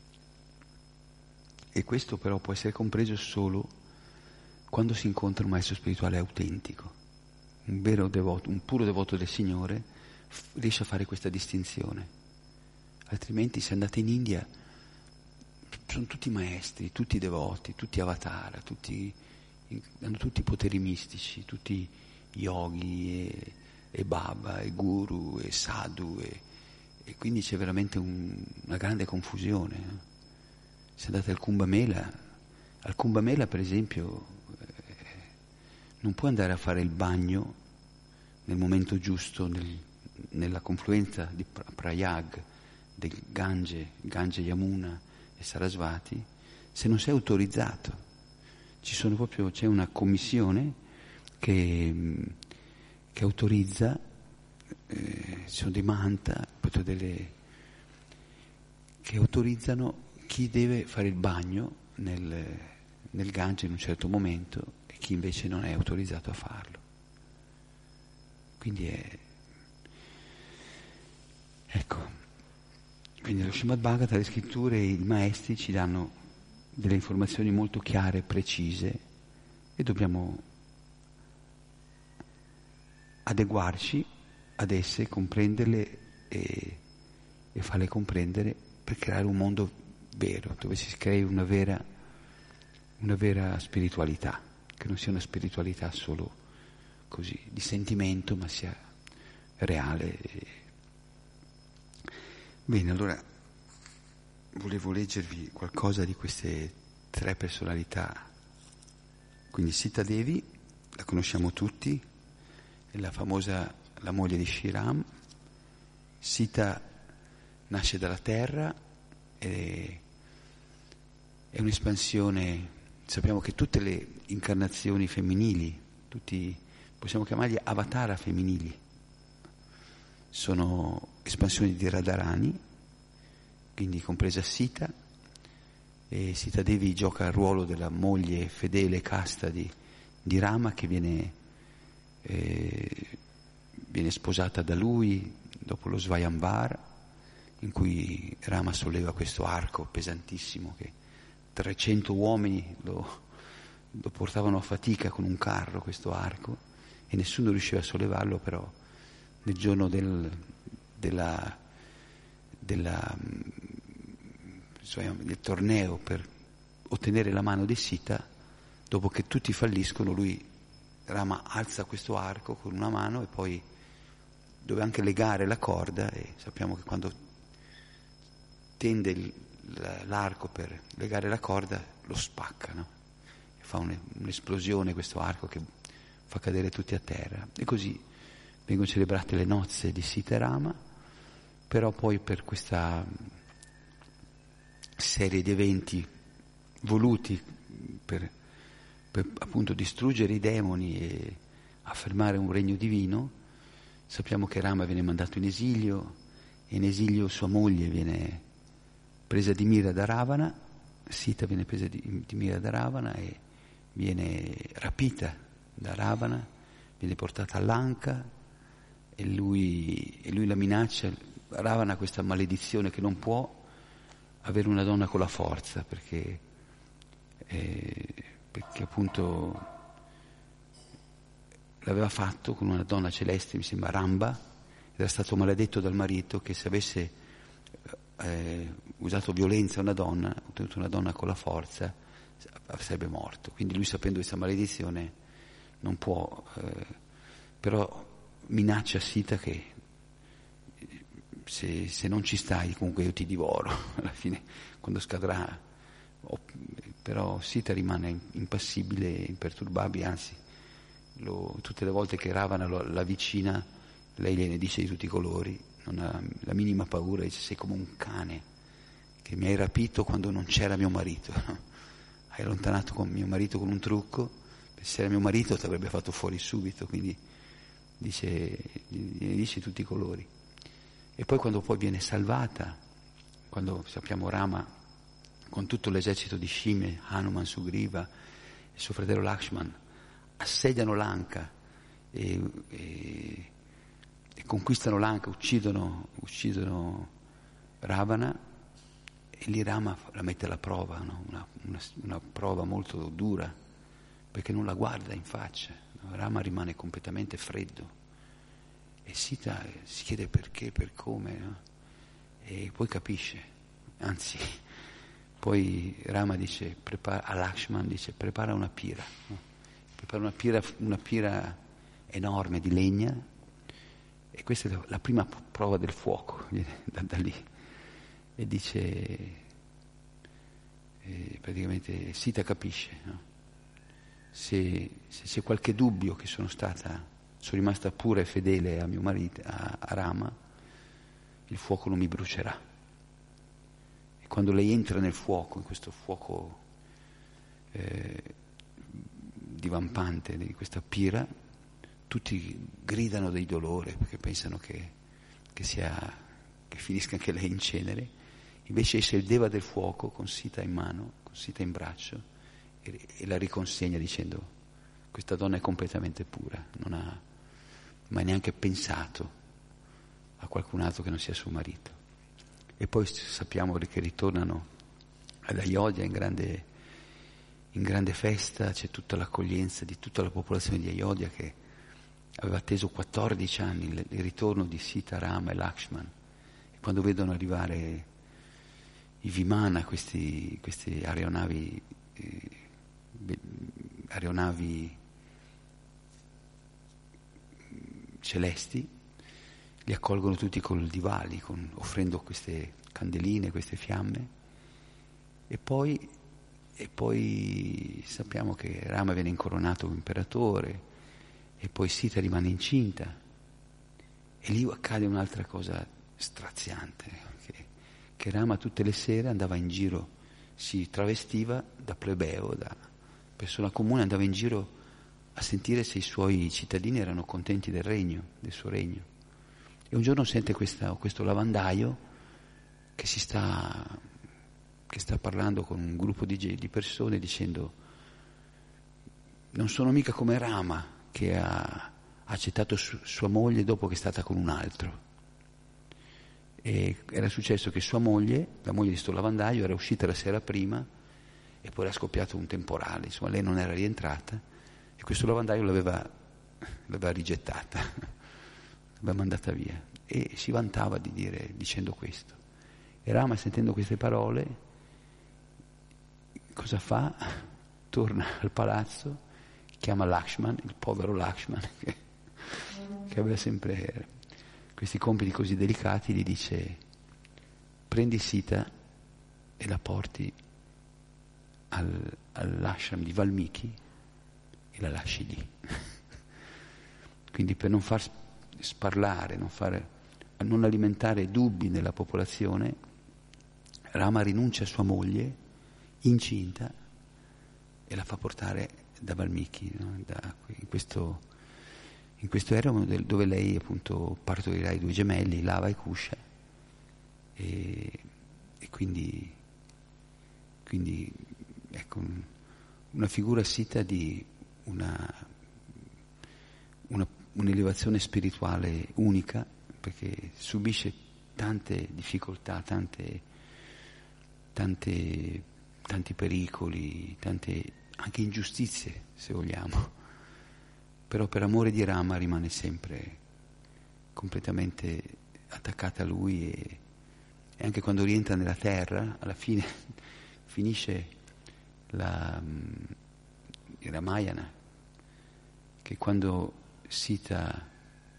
E questo però può essere compreso solo quando si incontra un maestro spirituale autentico, un vero devoto, un puro devoto del Signore riesce a fare questa distinzione. Altrimenti, se andate in India, sono tutti maestri, tutti devoti, tutti avatar, tutti, hanno tutti poteri mistici, tutti yogi e, e baba e guru e sadhu, e, e quindi c'è veramente un, una grande confusione. No? Se andate al Kumbh Mela, al Kumbh Mela per esempio eh, non puoi andare a fare il bagno nel momento giusto, nel, nella confluenza di Prayag, del Gange, Gange Yamuna e Sarasvati, se non sei autorizzato. ci sono proprio, c'è una commissione che, che autorizza, eh, ci sono dei manta, proprio delle, che autorizzano chi deve fare il bagno nel, nel Gange in un certo momento e chi invece non è autorizzato a farlo. Quindi è, ecco, quindi lo Srimad Bhagavatam, le scritture, i maestri ci danno delle informazioni molto chiare, precise, e dobbiamo adeguarci ad esse, comprenderle e, e farle comprendere per creare un mondo vero, dove si crei una vera, una vera spiritualità, che non sia una spiritualità solo così di sentimento, ma sia reale. Bene, allora volevo leggervi qualcosa di queste tre personalità. Quindi Sita Devi, la conosciamo tutti, è la famosa, la moglie di Sri Ram. Sita nasce dalla terra, è, è un'espansione, sappiamo che tutte le incarnazioni femminili, tutti, possiamo chiamarli avatara femminili, sono espansioni di Radharani, quindi compresa Sita, e Sita Devi gioca il ruolo della moglie fedele, casta di, di Rama, che viene, eh, viene sposata da lui dopo lo Svayamvar, in cui Rama solleva questo arco pesantissimo che trecento uomini lo, lo portavano a fatica con un carro, questo arco, e nessuno riusciva a sollevarlo, però nel giorno del, della, della del torneo per ottenere la mano di Sita, dopo che tutti falliscono, lui, Rama, alza questo arco con una mano e poi dove anche legare la corda, e sappiamo che quando tende il, l'arco per legare la corda lo spacca, no? E fa un, un'esplosione questo arco che fa cadere tutti a terra, e così vengono celebrate le nozze di Sita e Rama. Però poi per questa serie di eventi voluti per, per appunto distruggere i demoni e affermare un regno divino, sappiamo che Rama viene mandato in esilio, e in esilio sua moglie viene presa di mira da Ravana, Sita viene presa di, di mira da Ravana e viene rapita da Ravana, viene portata a Lanka, e lui, e lui la minaccia. Ravana ha questa maledizione che non può avere una donna con la forza, perché, eh, perché appunto l'aveva fatto con una donna celeste, mi sembra Ramba, era stato maledetto dal marito che se avesse eh, usato violenza a una donna, ottenuto una donna con la forza, sarebbe morto. Quindi lui, sapendo questa maledizione, non può, eh, però minaccia Sita che Se, se non ci stai comunque io ti divoro alla fine quando scadrà. Oh, però Sita rimane impassibile, imperturbabile, anzi lo, tutte le volte che Ravana lo, la vicina, lei gliene dice di tutti i colori, non ha la minima paura, dice: sei come un cane che mi hai rapito quando non c'era mio marito, hai allontanato con mio marito con un trucco, se era mio marito ti avrebbe fatto fuori subito, quindi dice, gliene dice di tutti i colori. E poi quando poi viene salvata, quando sappiamo Rama con tutto l'esercito di Shime, Hanuman, Sugriva e suo fratello Lakshman assediano Lanka e, e, e conquistano Lanka, uccidono, uccidono Ravana, e lì Rama la mette alla prova, no? una, una, una prova molto dura, perché non la guarda in faccia, no? Rama rimane completamente freddo. E Sita si chiede perché, per come, no? E poi capisce, anzi, poi Rama dice, prepara, a Lakshman dice, prepara una pira, no? Prepara una pira, una pira enorme di legna, e questa è la prima prova del fuoco, da, da lì, e dice, eh, praticamente Sita capisce, no? Se, se c'è qualche dubbio che sono stata... sono rimasta pura e fedele a mio marito, a, a Rama, il fuoco non mi brucerà. E quando lei entra nel fuoco, in questo fuoco, eh, divampante di questa pira, tutti gridano di dolore perché pensano che, che, sia, che finisca anche lei in cenere. Invece esce il Deva del fuoco con Sita in mano, con Sita in braccio, e, e la riconsegna dicendo: questa donna è completamente pura, non ha mai neanche pensato a qualcun altro che non sia suo marito. E poi sappiamo che ritornano ad Ayodhya in grande, in grande festa, c'è tutta l'accoglienza di tutta la popolazione di Ayodhya che aveva atteso quattordici anni il, il ritorno di Sita, Rama e Lakshman. E quando vedono arrivare i Vimana, questi, queste aeronavi, eh, aeronavi celesti, li accolgono tutti col Diwali, con, offrendo queste candeline, queste fiamme, e poi, e poi sappiamo che Rama viene incoronato imperatore, e poi Sita rimane incinta, e lì accade un'altra cosa straziante, che, che Rama tutte le sere andava in giro, si travestiva da plebeo, da persona comune, andava in giro a sentire se i suoi cittadini erano contenti del regno, del suo regno. E un giorno sente questa, questo lavandaio che si sta, che sta parlando con un gruppo di, di persone dicendo: non sono mica come Rama che ha, ha accettato su, sua moglie dopo che è stata con un altro. E era successo che sua moglie, la moglie di sto lavandaio, era uscita la sera prima e poi era scoppiato un temporale, insomma lei non era rientrata e questo lavandaio l'aveva, l'aveva rigettata, l'aveva mandata via, e si vantava di dire, dicendo questo. E Rama, sentendo queste parole, cosa fa? Torna al palazzo, chiama Lakshman, il povero Lakshman, che, che aveva sempre questi compiti così delicati, gli dice: prendi Sita e la porti al, all'ashram di Valmiki e la lasci lì. Quindi per non far sparlare, non, fare, non alimentare dubbi nella popolazione, Rama rinuncia a sua moglie incinta e la fa portare da Valmiki, no? da, in questo, in questo eremo dove lei appunto partorirà i due gemelli, Lava e Kusha, e, e quindi, quindi ecco una figura Sita di una, una, un'elevazione spirituale unica, perché subisce tante difficoltà, tante, tante, tanti pericoli, tante anche ingiustizie, se vogliamo, però per amore di Rama rimane sempre completamente attaccata a lui, e, e anche quando rientra nella terra, alla fine finisce la, il Ramayana, che quando Sita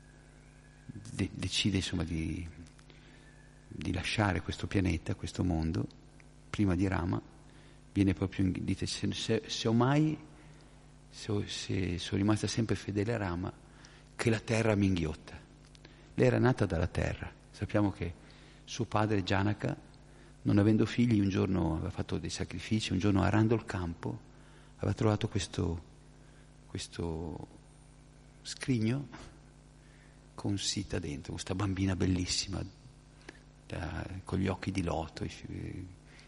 de- decide insomma di, di lasciare questo pianeta, questo mondo, prima di Rama, viene proprio in, dite, se, se, se ho mai, se, ho, se sono rimasta sempre fedele a Rama, che la terra mi inghiotta. Lei era nata dalla terra, sappiamo che suo padre Janaka, non avendo figli, un giorno aveva fatto dei sacrifici, un giorno arando il campo aveva trovato questo, questo scrigno con Sita dentro, questa bambina bellissima, da, con gli occhi di loto, e,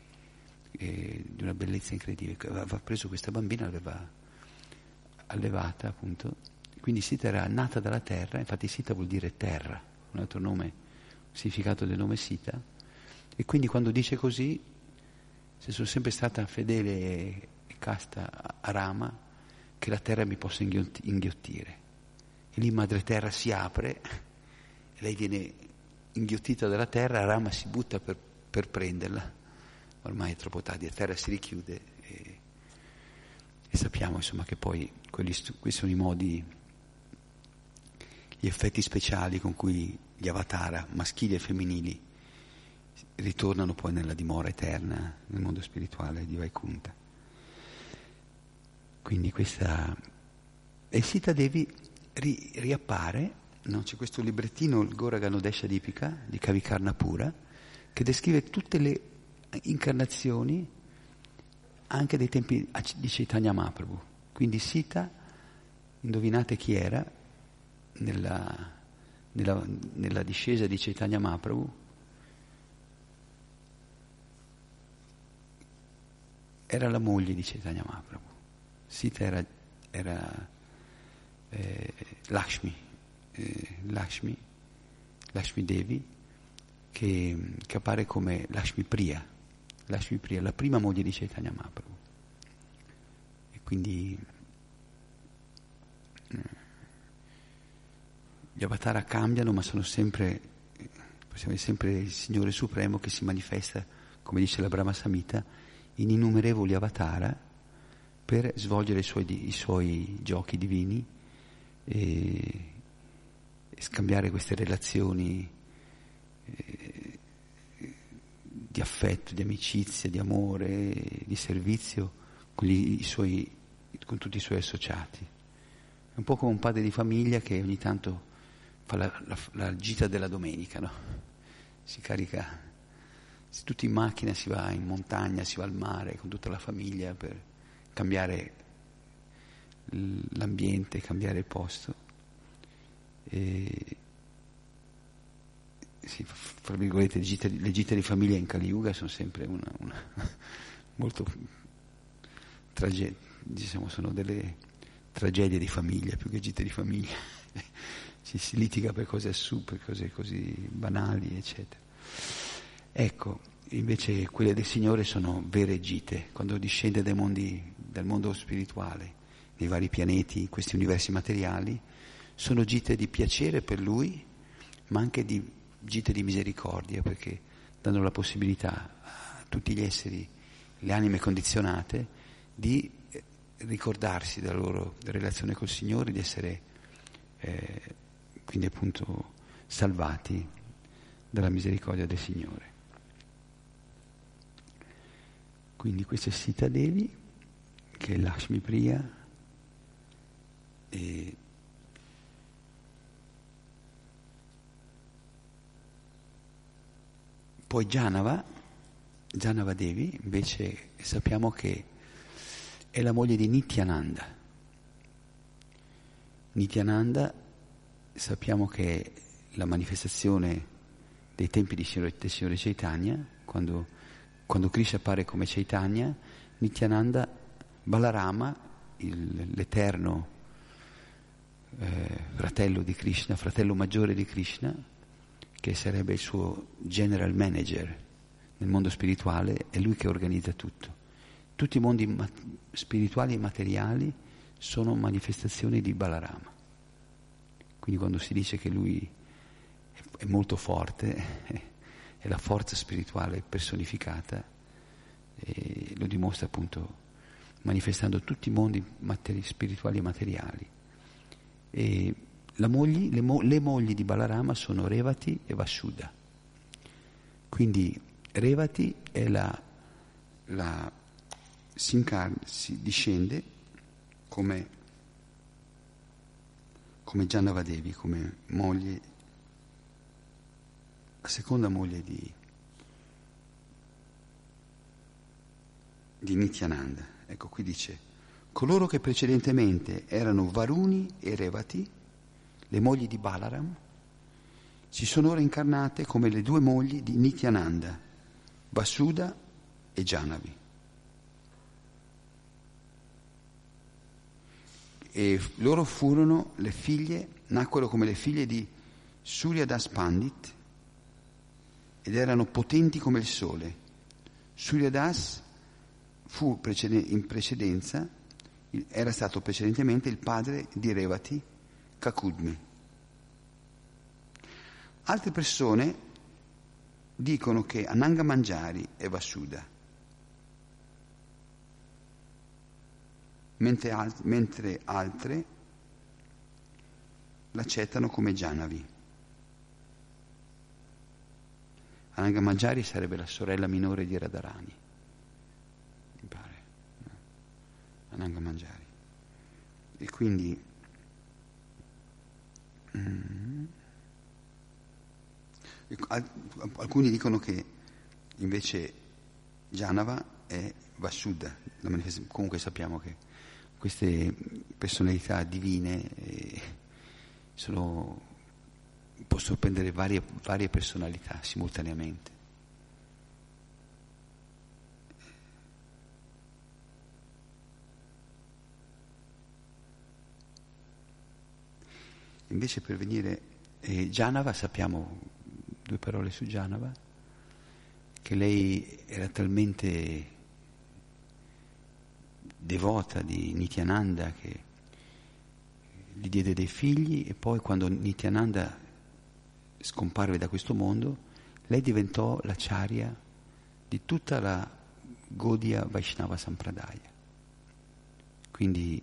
e, di una bellezza incredibile. Aveva preso questa bambina, l'aveva allevata appunto, quindi Sita era nata dalla terra, infatti Sita vuol dire terra, un altro nome, un significato del nome Sita, e quindi quando dice così, se sono sempre stata fedele e, e casta a, a Rama, che la terra mi possa inghiottire. E lì madre terra si apre, e lei viene inghiottita dalla terra, Rama si butta per, per prenderla, ormai è troppo tardi, la terra si richiude, e, e sappiamo insomma che poi quelli, questi sono i modi, gli effetti speciali con cui gli avatara maschili e femminili ritornano poi nella dimora eterna, nel mondo spirituale di Vaikuntha. Quindi questa... E Sita Devi ri, riappare, no? C'è questo librettino, il Goraganodesha Dipika di Kavikarna Pura, che descrive tutte le incarnazioni anche dei tempi di Chaitanya Mahaprabhu. Quindi Sita, indovinate chi era nella, nella, nella discesa di Chaitanya Mahaprabhu? Era la moglie di Chaitanya Mahaprabhu. Sita era, era eh, Lakshmi, eh, Lakshmi, Lakshmi Devi, che, che appare come Lakshmi Priya, Lakshmi Priya, la prima moglie di Chaitanya Mahaprabhu. E quindi eh, gli avatara cambiano, ma sono sempre, possiamo dire, sempre il Signore Supremo che si manifesta, come dice la Brahma Samhita, in innumerevoli avatara per svolgere i suoi, i suoi giochi divini e, e scambiare queste relazioni eh, di affetto, di amicizia, di amore, di servizio con, gli, i suoi, con tutti i suoi associati. È un po' come un padre di famiglia che ogni tanto fa la, la, la gita della domenica, no? Si carica, si, tutti in macchina, si va in montagna, si va al mare con tutta la famiglia per cambiare l'ambiente, cambiare il posto. E, sì, fra virgolette, le gite, le gite di famiglia in Kali Yuga sono sempre una, una molto tragedie, diciamo, sono delle tragedie di famiglia più che gite di famiglia. Ci si litiga per cose assurde, per cose così banali, eccetera. Ecco, invece quelle del Signore sono vere gite, quando discende dai mondi, dal mondo spirituale, nei vari pianeti, questi universi materiali, sono gite di piacere per Lui, ma anche di gite di misericordia, perché danno la possibilità a tutti gli esseri, le anime condizionate, di ricordarsi della loro relazione col Signore, di essere eh, quindi appunto salvati dalla misericordia del Signore. Quindi questa è Sita Devi, che è Lakshmi Priya, e poi Janava, Janava Devi, invece sappiamo che è la moglie di Nityananda. Nityananda sappiamo che è la manifestazione dei tempi di Signore, del Signore Chaitanya, quando, quando Krishna appare come Chaitanya, Nityananda, Balarama, il, l'eterno eh, fratello di Krishna, fratello maggiore di Krishna, che sarebbe il suo general manager nel mondo spirituale, è lui che organizza tutto. Tutti i mondi ma- spirituali e materiali sono manifestazioni di Balarama. Quindi quando si dice che lui è, è molto forte, è la forza spirituale personificata, e lo dimostra appunto manifestando tutti i mondi materi- spirituali e materiali. E la mogli, le, mo, le mogli di Balarama sono Revati e Vasudha. Quindi Revati è la, la si, incarna, si discende come, come Janava Devi, come moglie, la seconda moglie di, di Nityananda. Ecco, qui dice: coloro che precedentemente erano Varuni e Revati, le mogli di Balaram, si sono ora incarnate come le due mogli di Nityananda, Vasudha e Janavi. E loro furono le figlie, nacquero come le figlie di Suryadas Pandit ed erano potenti come il sole. Suryadas fu in precedenza, era stato precedentemente il padre di Revati, Kakudmi. Altre persone dicono che Ananga Manjari è Vasudha, mentre, al- mentre altre l'accettano come Janavi. Ananga Manjari sarebbe la sorella minore di Radharani, mi pare, no? Ananga Manjari. E quindi mm, alcuni dicono che invece Janava è Vasudha, comunque sappiamo che queste personalità divine eh, sono, possono prendere varie, varie personalità simultaneamente. Invece per venire eh, Janava, sappiamo due parole su Janava, che lei era talmente devota di Nityananda che gli diede dei figli, e poi quando Nityananda scomparve da questo mondo, lei diventò l'acharya di tutta la Gaudiya Vaishnava Sampradaya. Quindi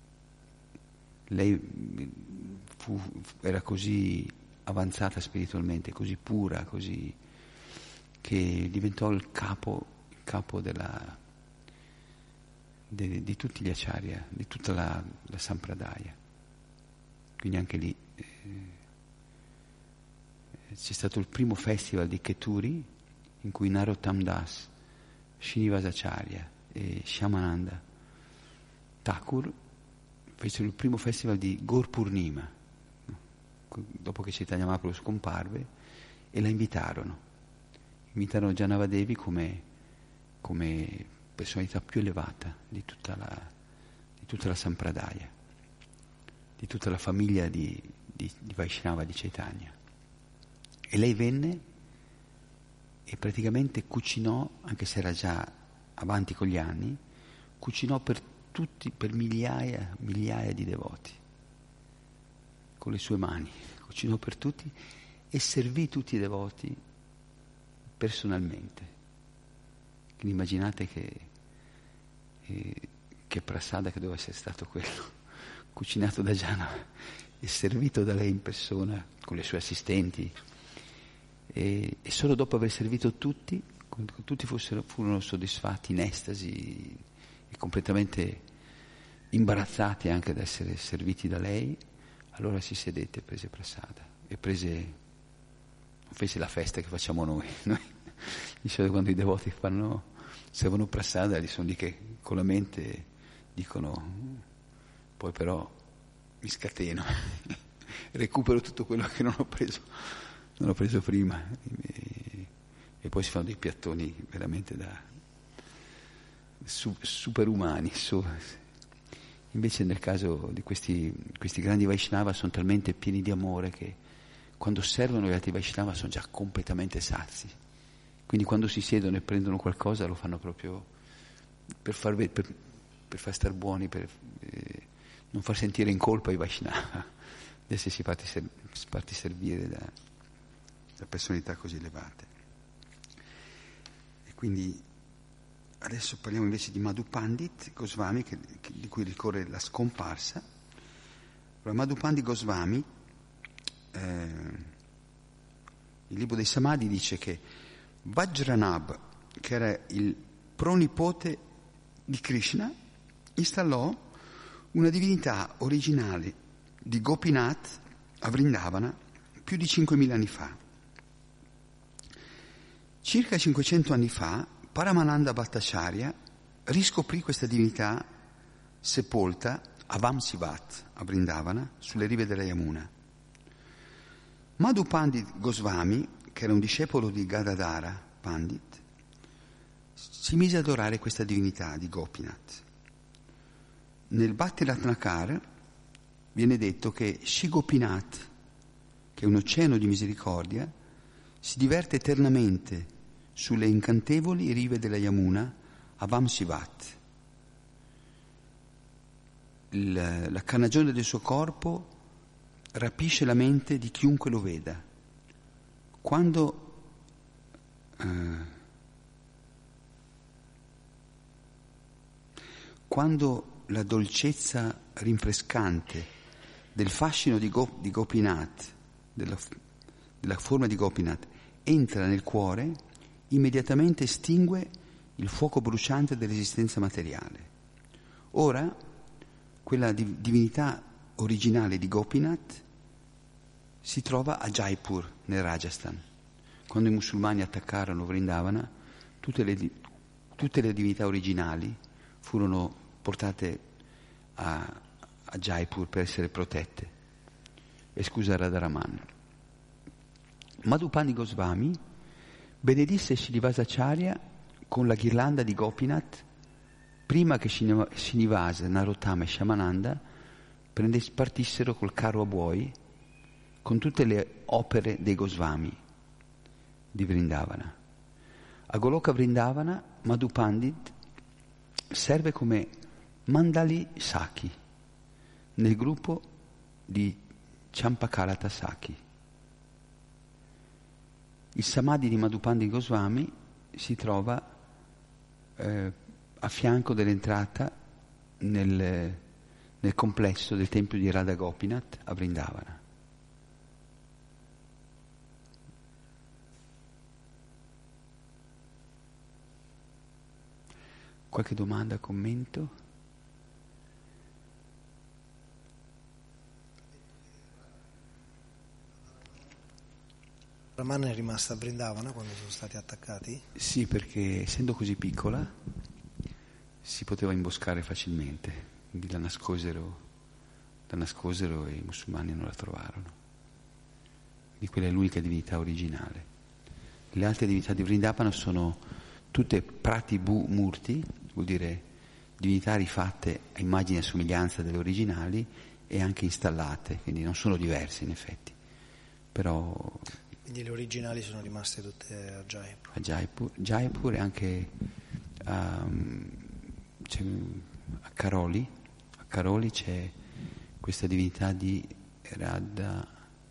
lei fu, era così avanzata spiritualmente, così pura, così, che diventò il capo, il capo della, de, di tutti gli acharya, di tutta la, la Sampradaya. Quindi anche lì eh, c'è stato il primo festival di Keturi in cui Narottam Das, Srinivasacharya e Shyamananda Thakur fecero il primo festival di Gaur Purnima, no? Dopo che Chaitanya Mahaprabhu scomparve, e la invitarono. Invitarono Janava Devi come, come personalità più elevata di tutta la, di tutta la Sampradaya, di tutta la famiglia di, di, di Vaishnava di Chaitanya. E lei venne e praticamente cucinò, anche se era già avanti con gli anni, cucinò per tutti, per migliaia, migliaia di devoti, con le sue mani, cucinò per tutti e servì tutti i devoti personalmente. Quindi immaginate che, eh, che prasada che doveva essere stato quello, cucinato da Janava e servito da lei in persona, con le sue assistenti, e, e solo dopo aver servito tutti, tutti fossero, furono soddisfatti, in estasi, e completamente imbarazzati anche ad essere serviti da lei, allora si sedette e prese prasada e prese, non fece la festa che facciamo noi. Noi di solito quando i devoti fanno, servono prasada, li sono lì che con la mente dicono, poi però mi scateno, recupero tutto quello che non ho preso, non ho preso prima, e, e poi si fanno dei piattoni veramente da su, superumani. Su. Invece nel caso di questi, questi grandi Vaishnava sono talmente pieni di amore che quando servono gli altri Vaishnava sono già completamente sazi. Quindi quando si siedono e prendono qualcosa lo fanno proprio per far, per, per far star buoni, per eh, non far sentire in colpa i Vaishnava di essersi fatti, ser, fatti servire da, da personalità così elevate. E quindi adesso parliamo invece di Madhu Pandit Goswami, che, che, di cui ricorre la scomparsa. Allora, Madhu Pandit Goswami, eh, il libro dei Samadhi dice che Vajranabh, che era il pronipote di Krishna, installò una divinità originale di Gopinath a Vrindavana più di cinquemila anni fa. Circa cinquecento anni fa Paramananda Bhattacharya riscoprì questa divinità sepolta a Vamsivat, a Vrindavana, sulle rive della Yamuna. Madhu Pandit Goswami, che era un discepolo di Gadadhara Pandit, si mise ad adorare questa divinità di Gopinath. Nel Bhakti Ratnakar viene detto che Shri Gopinath, che è un oceano di misericordia, si diverte eternamente sulle incantevoli rive della Yamuna a Vamsivat. Il, la carnagione del suo corpo rapisce la mente di chiunque lo veda. Quando eh, quando la dolcezza rinfrescante del fascino di, Go, di Gopinath, della, della forma di Gopinath, entra nel cuore, immediatamente estingue il fuoco bruciante dell'esistenza materiale. Ora, quella div- divinità originale di Gopinath si trova a Jaipur, nel Rajasthan. Quando i musulmani attaccarono Vrindavana, tutte le, tutte le divinità originali furono portate a, a Jaipur per essere protette, esclusa Radharaman. Madhupani Goswami benedisse Srinivasacharya con la ghirlanda di Gopinath prima che Srinivasa, Narottama e Shyamananda partissero col carro a buoi con tutte le opere dei Goswami di Vrindavana. A Goloka Vrindavana Madhu Pandit serve come Mandali Saki nel gruppo di Champakarata Saki. Il Samadhi di Madhu Pandit Goswami si trova eh, a fianco dell'entrata nel, nel complesso del tempio di Radha Gopinath a Vrindavana. Qualche domanda, commento? Raman è rimasta a Vrindavana quando sono stati attaccati? Sì, perché essendo così piccola si poteva imboscare facilmente, quindi la nascosero, la nascosero e i musulmani non la trovarono. Quindi quella è l'unica divinità originale. Le altre divinità di Vrindavana sono tutte Pratibhu Murti, vuol dire divinità rifatte a immagine e somiglianza delle originali e anche installate, quindi non sono diverse in effetti. Però quindi le originali sono rimaste tutte a Jaipur. A Jaipur, Jaipur e anche um, c'è, a Karoli, a Karoli c'è questa divinità di Radha,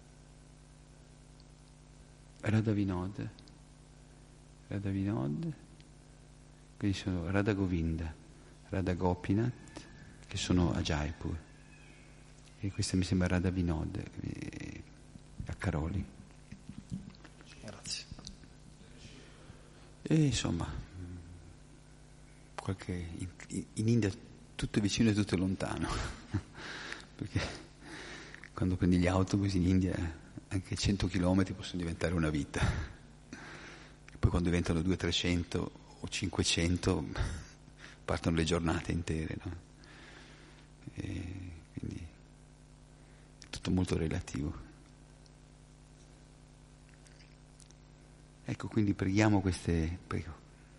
Radha Vinod, Radha Vinod, quindi sono Radha Govinda, Radha Gopinath, che sono a Jaipur, e questa mi sembra Radha Vinod, a Karoli. Grazie. E insomma, qualche, in, in India tutto è vicino e tutto è lontano, perché quando prendi gli autobus in India anche cento chilometri possono diventare una vita, e poi quando diventano duecento trecento o cinquecento partono le giornate intere, no? E quindi è tutto molto relativo. Ecco, quindi preghiamo queste... Prego.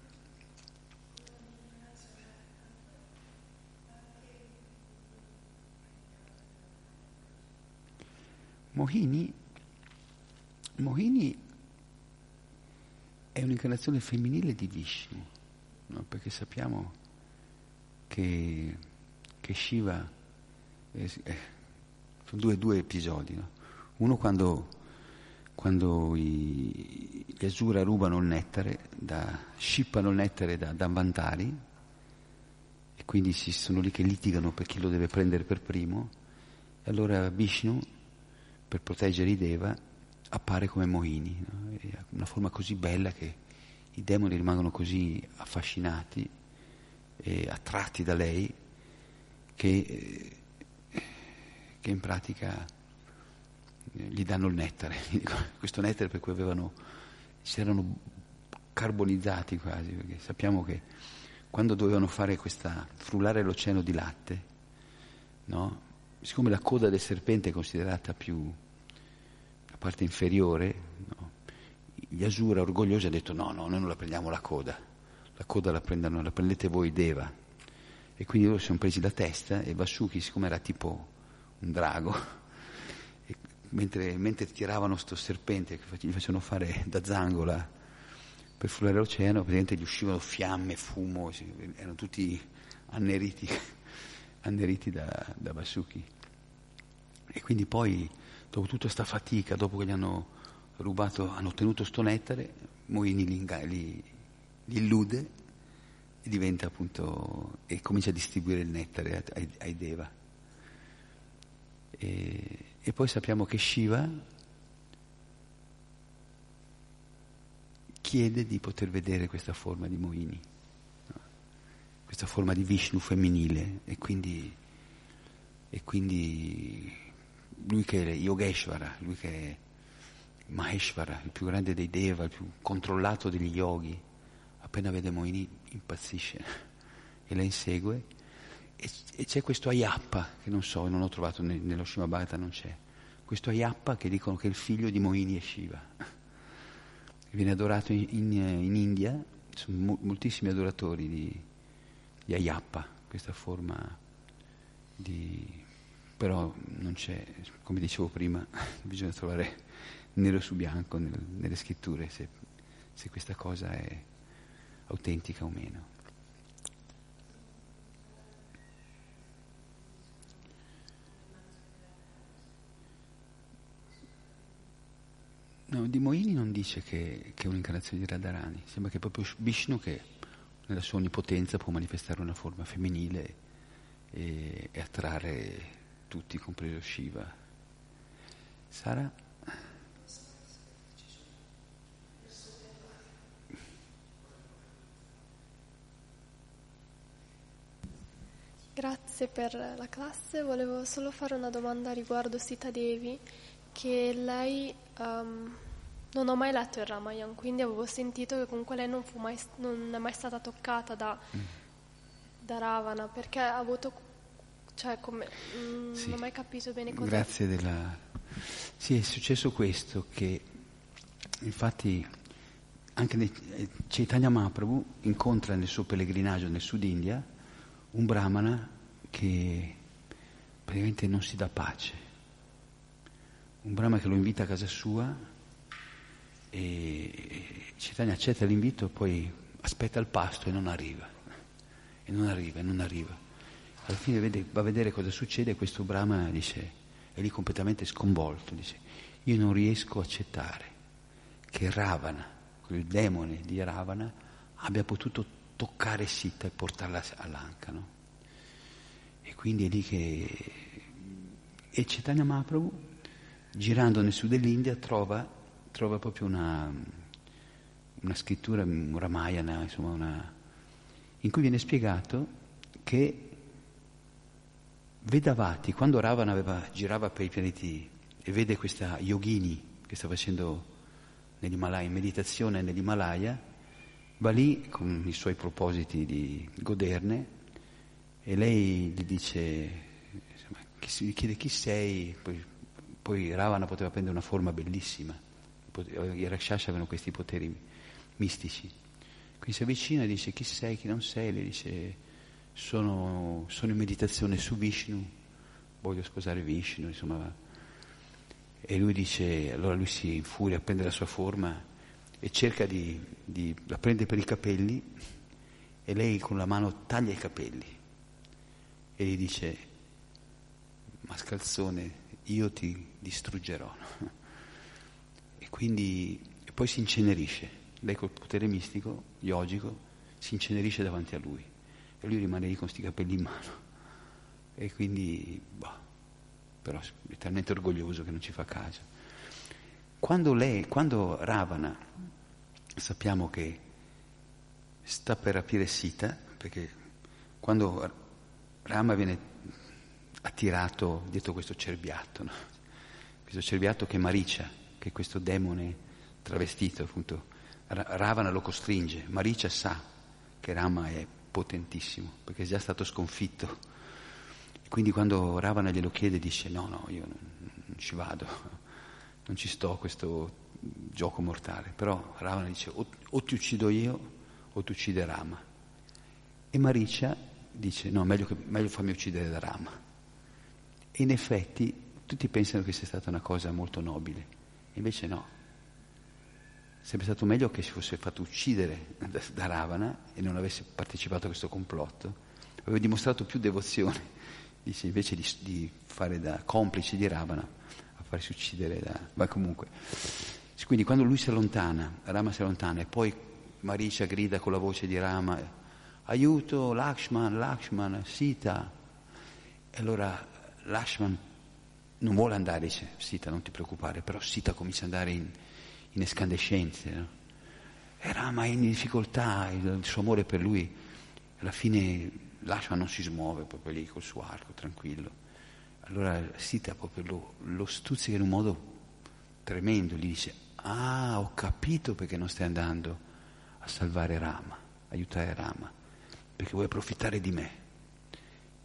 Mohini, Mohini è un'incarnazione femminile di Vishnu, no? Perché sappiamo che, che Shiva, eh, eh, sono due, due episodi, no? Uno quando, quando i, gli Asura rubano il nettare, da, scippano il nettare da, da Vantari, e quindi si sono lì che litigano per chi lo deve prendere per primo, e allora Vishnu, per proteggere i Deva, appare come Mohini, no? E ha una forma così bella che i demoni rimangono così affascinati e attratti da lei che, che in pratica gli danno il nettare. Questo nettare per cui avevano, si erano carbonizzati quasi, perché sappiamo che quando dovevano fare questa, frullare l'oceano di latte, no? Siccome la coda del serpente è considerata più la parte inferiore, no? Gli Asura orgogliosi hanno detto no, no, noi non la prendiamo la coda, la coda la, prendano, la prendete voi Deva. E quindi loro si sono presi la testa e Vasuki, siccome era tipo un drago, e mentre, mentre tiravano sto serpente che gli facevano fare da zangola per frullare l'oceano, praticamente gli uscivano fiamme, fumo, erano tutti anneriti, anneriti da, da Vasuki. E quindi poi, dopo tutta questa fatica, dopo che gli hanno rubato, hanno ottenuto sto nettare, Mohini li, li, li illude e diventa appunto, e comincia a distribuire il nettare ai, ai Deva. E, e poi sappiamo che Shiva chiede di poter vedere questa forma di Mohini, no? Questa forma di Vishnu femminile, e quindi, e quindi lui che è Yogeshvara, lui che è Maheshvara, il più grande dei Deva, il più controllato degli yogi, appena vede Mohini impazzisce e la insegue, e, e c'è questo Ayappa, che non so, non ho trovato ne, nello Srimad Bhagavatam, non c'è, questo Ayappa che dicono che è il figlio di Mohini e Shiva, viene adorato in, in, in India, sono mo, moltissimi adoratori di, di Ayappa, questa forma di... però non c'è, come dicevo prima, bisogna trovare nero su bianco nel, nelle scritture se, se questa cosa è autentica o meno. No, di Mohini non dice che, che è un'incarnazione di Radharani, sembra che è proprio Vishnu che nella sua onnipotenza può manifestare una forma femminile e, e attrarre tutti, compreso Shiva. Sara? Grazie per la classe, volevo solo fare una domanda riguardo Sita Devi, che lei, um, non ho mai letto il Ramayana, quindi avevo sentito che comunque lei non, fu mai, non è mai stata toccata da, mm. da Ravana, perché ha avuto, cioè come, mm, sì. non ho mai capito bene cosa. Grazie della... Sì, è successo questo, che infatti anche nel, Chaitanya Mahaprabhu incontra nel suo pellegrinaggio nel Sud India un brahmana che praticamente non si dà pace. Un brahmana che lo invita a casa sua e Chaitanya accetta l'invito e poi aspetta il pasto e non arriva, e non arriva, e non arriva. Alla fine vede, va a vedere cosa succede e questo brahmana dice, è lì completamente sconvolto, dice, io non riesco a accettare che Ravana, quel demone di Ravana, abbia potuto toccare Sita e portarla all'Anca, no? E quindi è lì che... E Chaitanya Mahaprabhu, girando nel sud dell'India, trova, trova proprio una, una scrittura, un Ramayana, insomma, una, in cui viene spiegato che Vedavati, quando Ravana aveva, girava per i pianeti e vede questa yogini che sta facendo nell'Himalaya, in meditazione nell'Himalaya, va lì con i suoi propositi di goderne e lei gli dice, insomma, gli chiede chi sei, poi, poi Ravana poteva prendere una forma bellissima, i Rakshasa avevano questi poteri mistici, quindi si avvicina e dice chi sei, chi non sei, le dice sono, sono in meditazione su Vishnu, voglio sposare Vishnu, insomma, e lui dice, allora lui si infuria, prende la sua forma e cerca di, di la prende per i capelli e lei con la mano taglia i capelli e gli dice mascalzone, io ti distruggerò. E quindi e poi si incenerisce, lei col potere mistico, yogico, si incenerisce davanti a lui e lui rimane lì con questi capelli in mano e quindi boh, però è talmente orgoglioso che non ci fa caso. Quando lei, quando Ravana, sappiamo che sta per rapire Sita, perché quando Rama viene attirato dietro questo cerbiatto, no? Questo cerbiatto che è Maricia, che è questo demone travestito, appunto, Ravana lo costringe, Maricia sa che Rama è potentissimo, perché è già stato sconfitto, e quindi quando Ravana glielo chiede dice no, no, io non, non ci vado, non ci sto a questo gioco mortale, però Ravana dice o, o ti uccido io o ti uccide Rama, e Maricia dice no, meglio, che, meglio farmi uccidere da Rama, e in effetti tutti pensano che sia stata una cosa molto nobile, invece no, sarebbe stato meglio che si fosse fatto uccidere da, da Ravana e non avesse partecipato a questo complotto, aveva dimostrato più devozione, dice, invece di, di fare da complice di Ravana a farsi uccidere da... ma comunque quindi quando lui si allontana, Rama si allontana e poi Maricia grida con la voce di Rama aiuto Lakshman, Lakshman, Sita, e allora Lakshman non vuole andare, dice Sita non ti preoccupare, però Sita comincia ad andare in, in escandescenze, no? E Rama è in difficoltà, il, il suo amore per lui, alla fine Lakshman non si smuove proprio lì col suo arco tranquillo, allora Sita proprio lo, lo stuzzica in un modo tremendo, gli dice ah, ho capito perché non stai andando a salvare Rama, aiutare Rama, perché vuoi approfittare di me.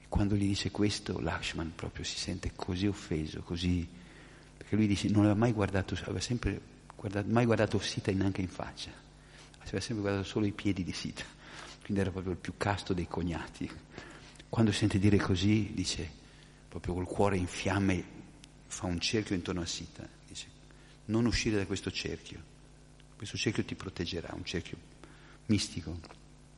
Quando gli dice questo, Lakshman proprio si sente così offeso, così, perché lui dice non aveva mai guardato, aveva sempre guardato, mai guardato Sita neanche in faccia, aveva sempre guardato solo i piedi di Sita, quindi era proprio il più casto dei cognati. Quando sente dire così, dice, proprio col cuore in fiamme, fa un cerchio intorno a Sita, dice non uscire da questo cerchio, questo cerchio ti proteggerà, un cerchio mistico.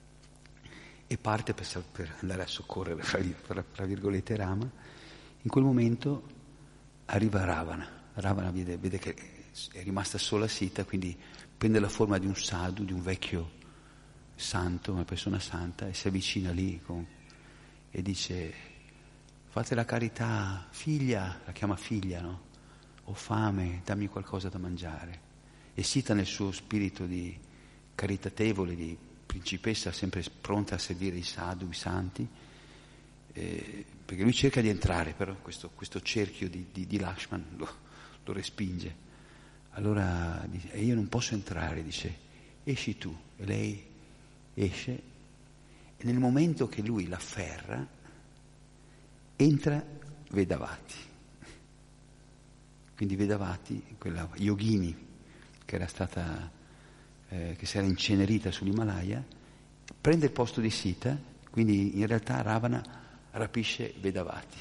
E parte per, per andare a soccorrere, fra, fra virgolette, Rama. In quel momento arriva Ravana. Ravana vede, vede che è rimasta sola Sita, quindi prende la forma di un sadhu, di un vecchio santo, una persona santa, e si avvicina lì con, e dice: fate la carità, figlia, la chiama figlia, no? Ho fame, dammi qualcosa da mangiare. E Sita, nel suo spirito di caritatevole, di principessa sempre pronta a servire i sadhu, i santi, eh, perché lui cerca di entrare, però questo, questo cerchio di, di, di Lakshman lo, lo respinge. Allora dice, e io non posso entrare, dice, esci tu. E lei esce, e nel momento che lui l'afferra, entra Vedavati. Quindi Vedavati, quella yogini che era stata... Eh, che si era incenerita sull'Himalaya, prende il posto di Sita, quindi in realtà Ravana rapisce Vedavati,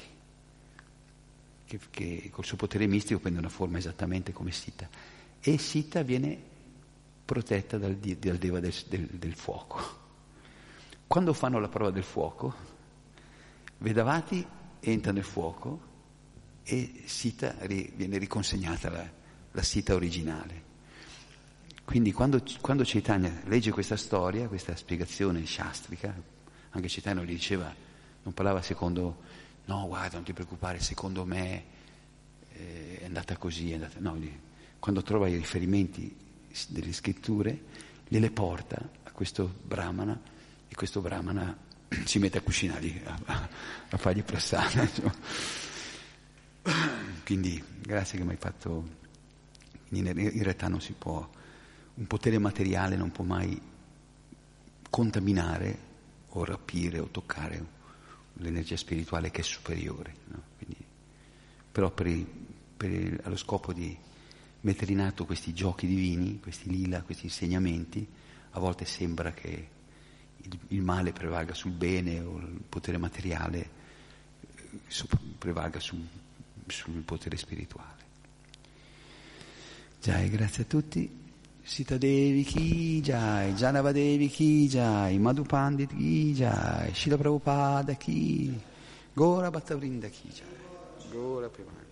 che, che col suo potere mistico prende una forma esattamente come Sita, e Sita viene protetta dal, dal Deva del, del, del fuoco. Quando fanno la prova del fuoco, Vedavati entra nel fuoco e Sita ri, viene riconsegnata la, la Sita originale. Quindi quando, quando Chaitanya legge questa storia, questa spiegazione shastrica, anche Chaitanya gli diceva, non parlava secondo, no guarda non ti preoccupare, secondo me eh, è andata così, è andata, no, quando trova i riferimenti delle scritture, gliele porta a questo brahmana, e questo brahmana si mette a cucinare, a, a, a fargli prasada. Quindi grazie che mi hai fatto, in, in realtà non si può, un potere materiale non può mai contaminare o rapire o toccare l'energia spirituale che è superiore, no? Quindi, però per il, per il, allo scopo di mettere in atto questi giochi divini, questi lila, questi insegnamenti, a volte sembra che il, il male prevalga sul bene o il potere materiale prevalga sul, sul potere spirituale. Jai, grazie a tutti. Sita Devi ki jai, Janava Devi ki jai, Madhu Pandit ki jai, Srila Prabhupada ki, Gora Bhatta Vrinda ki jai, Gora Premananda.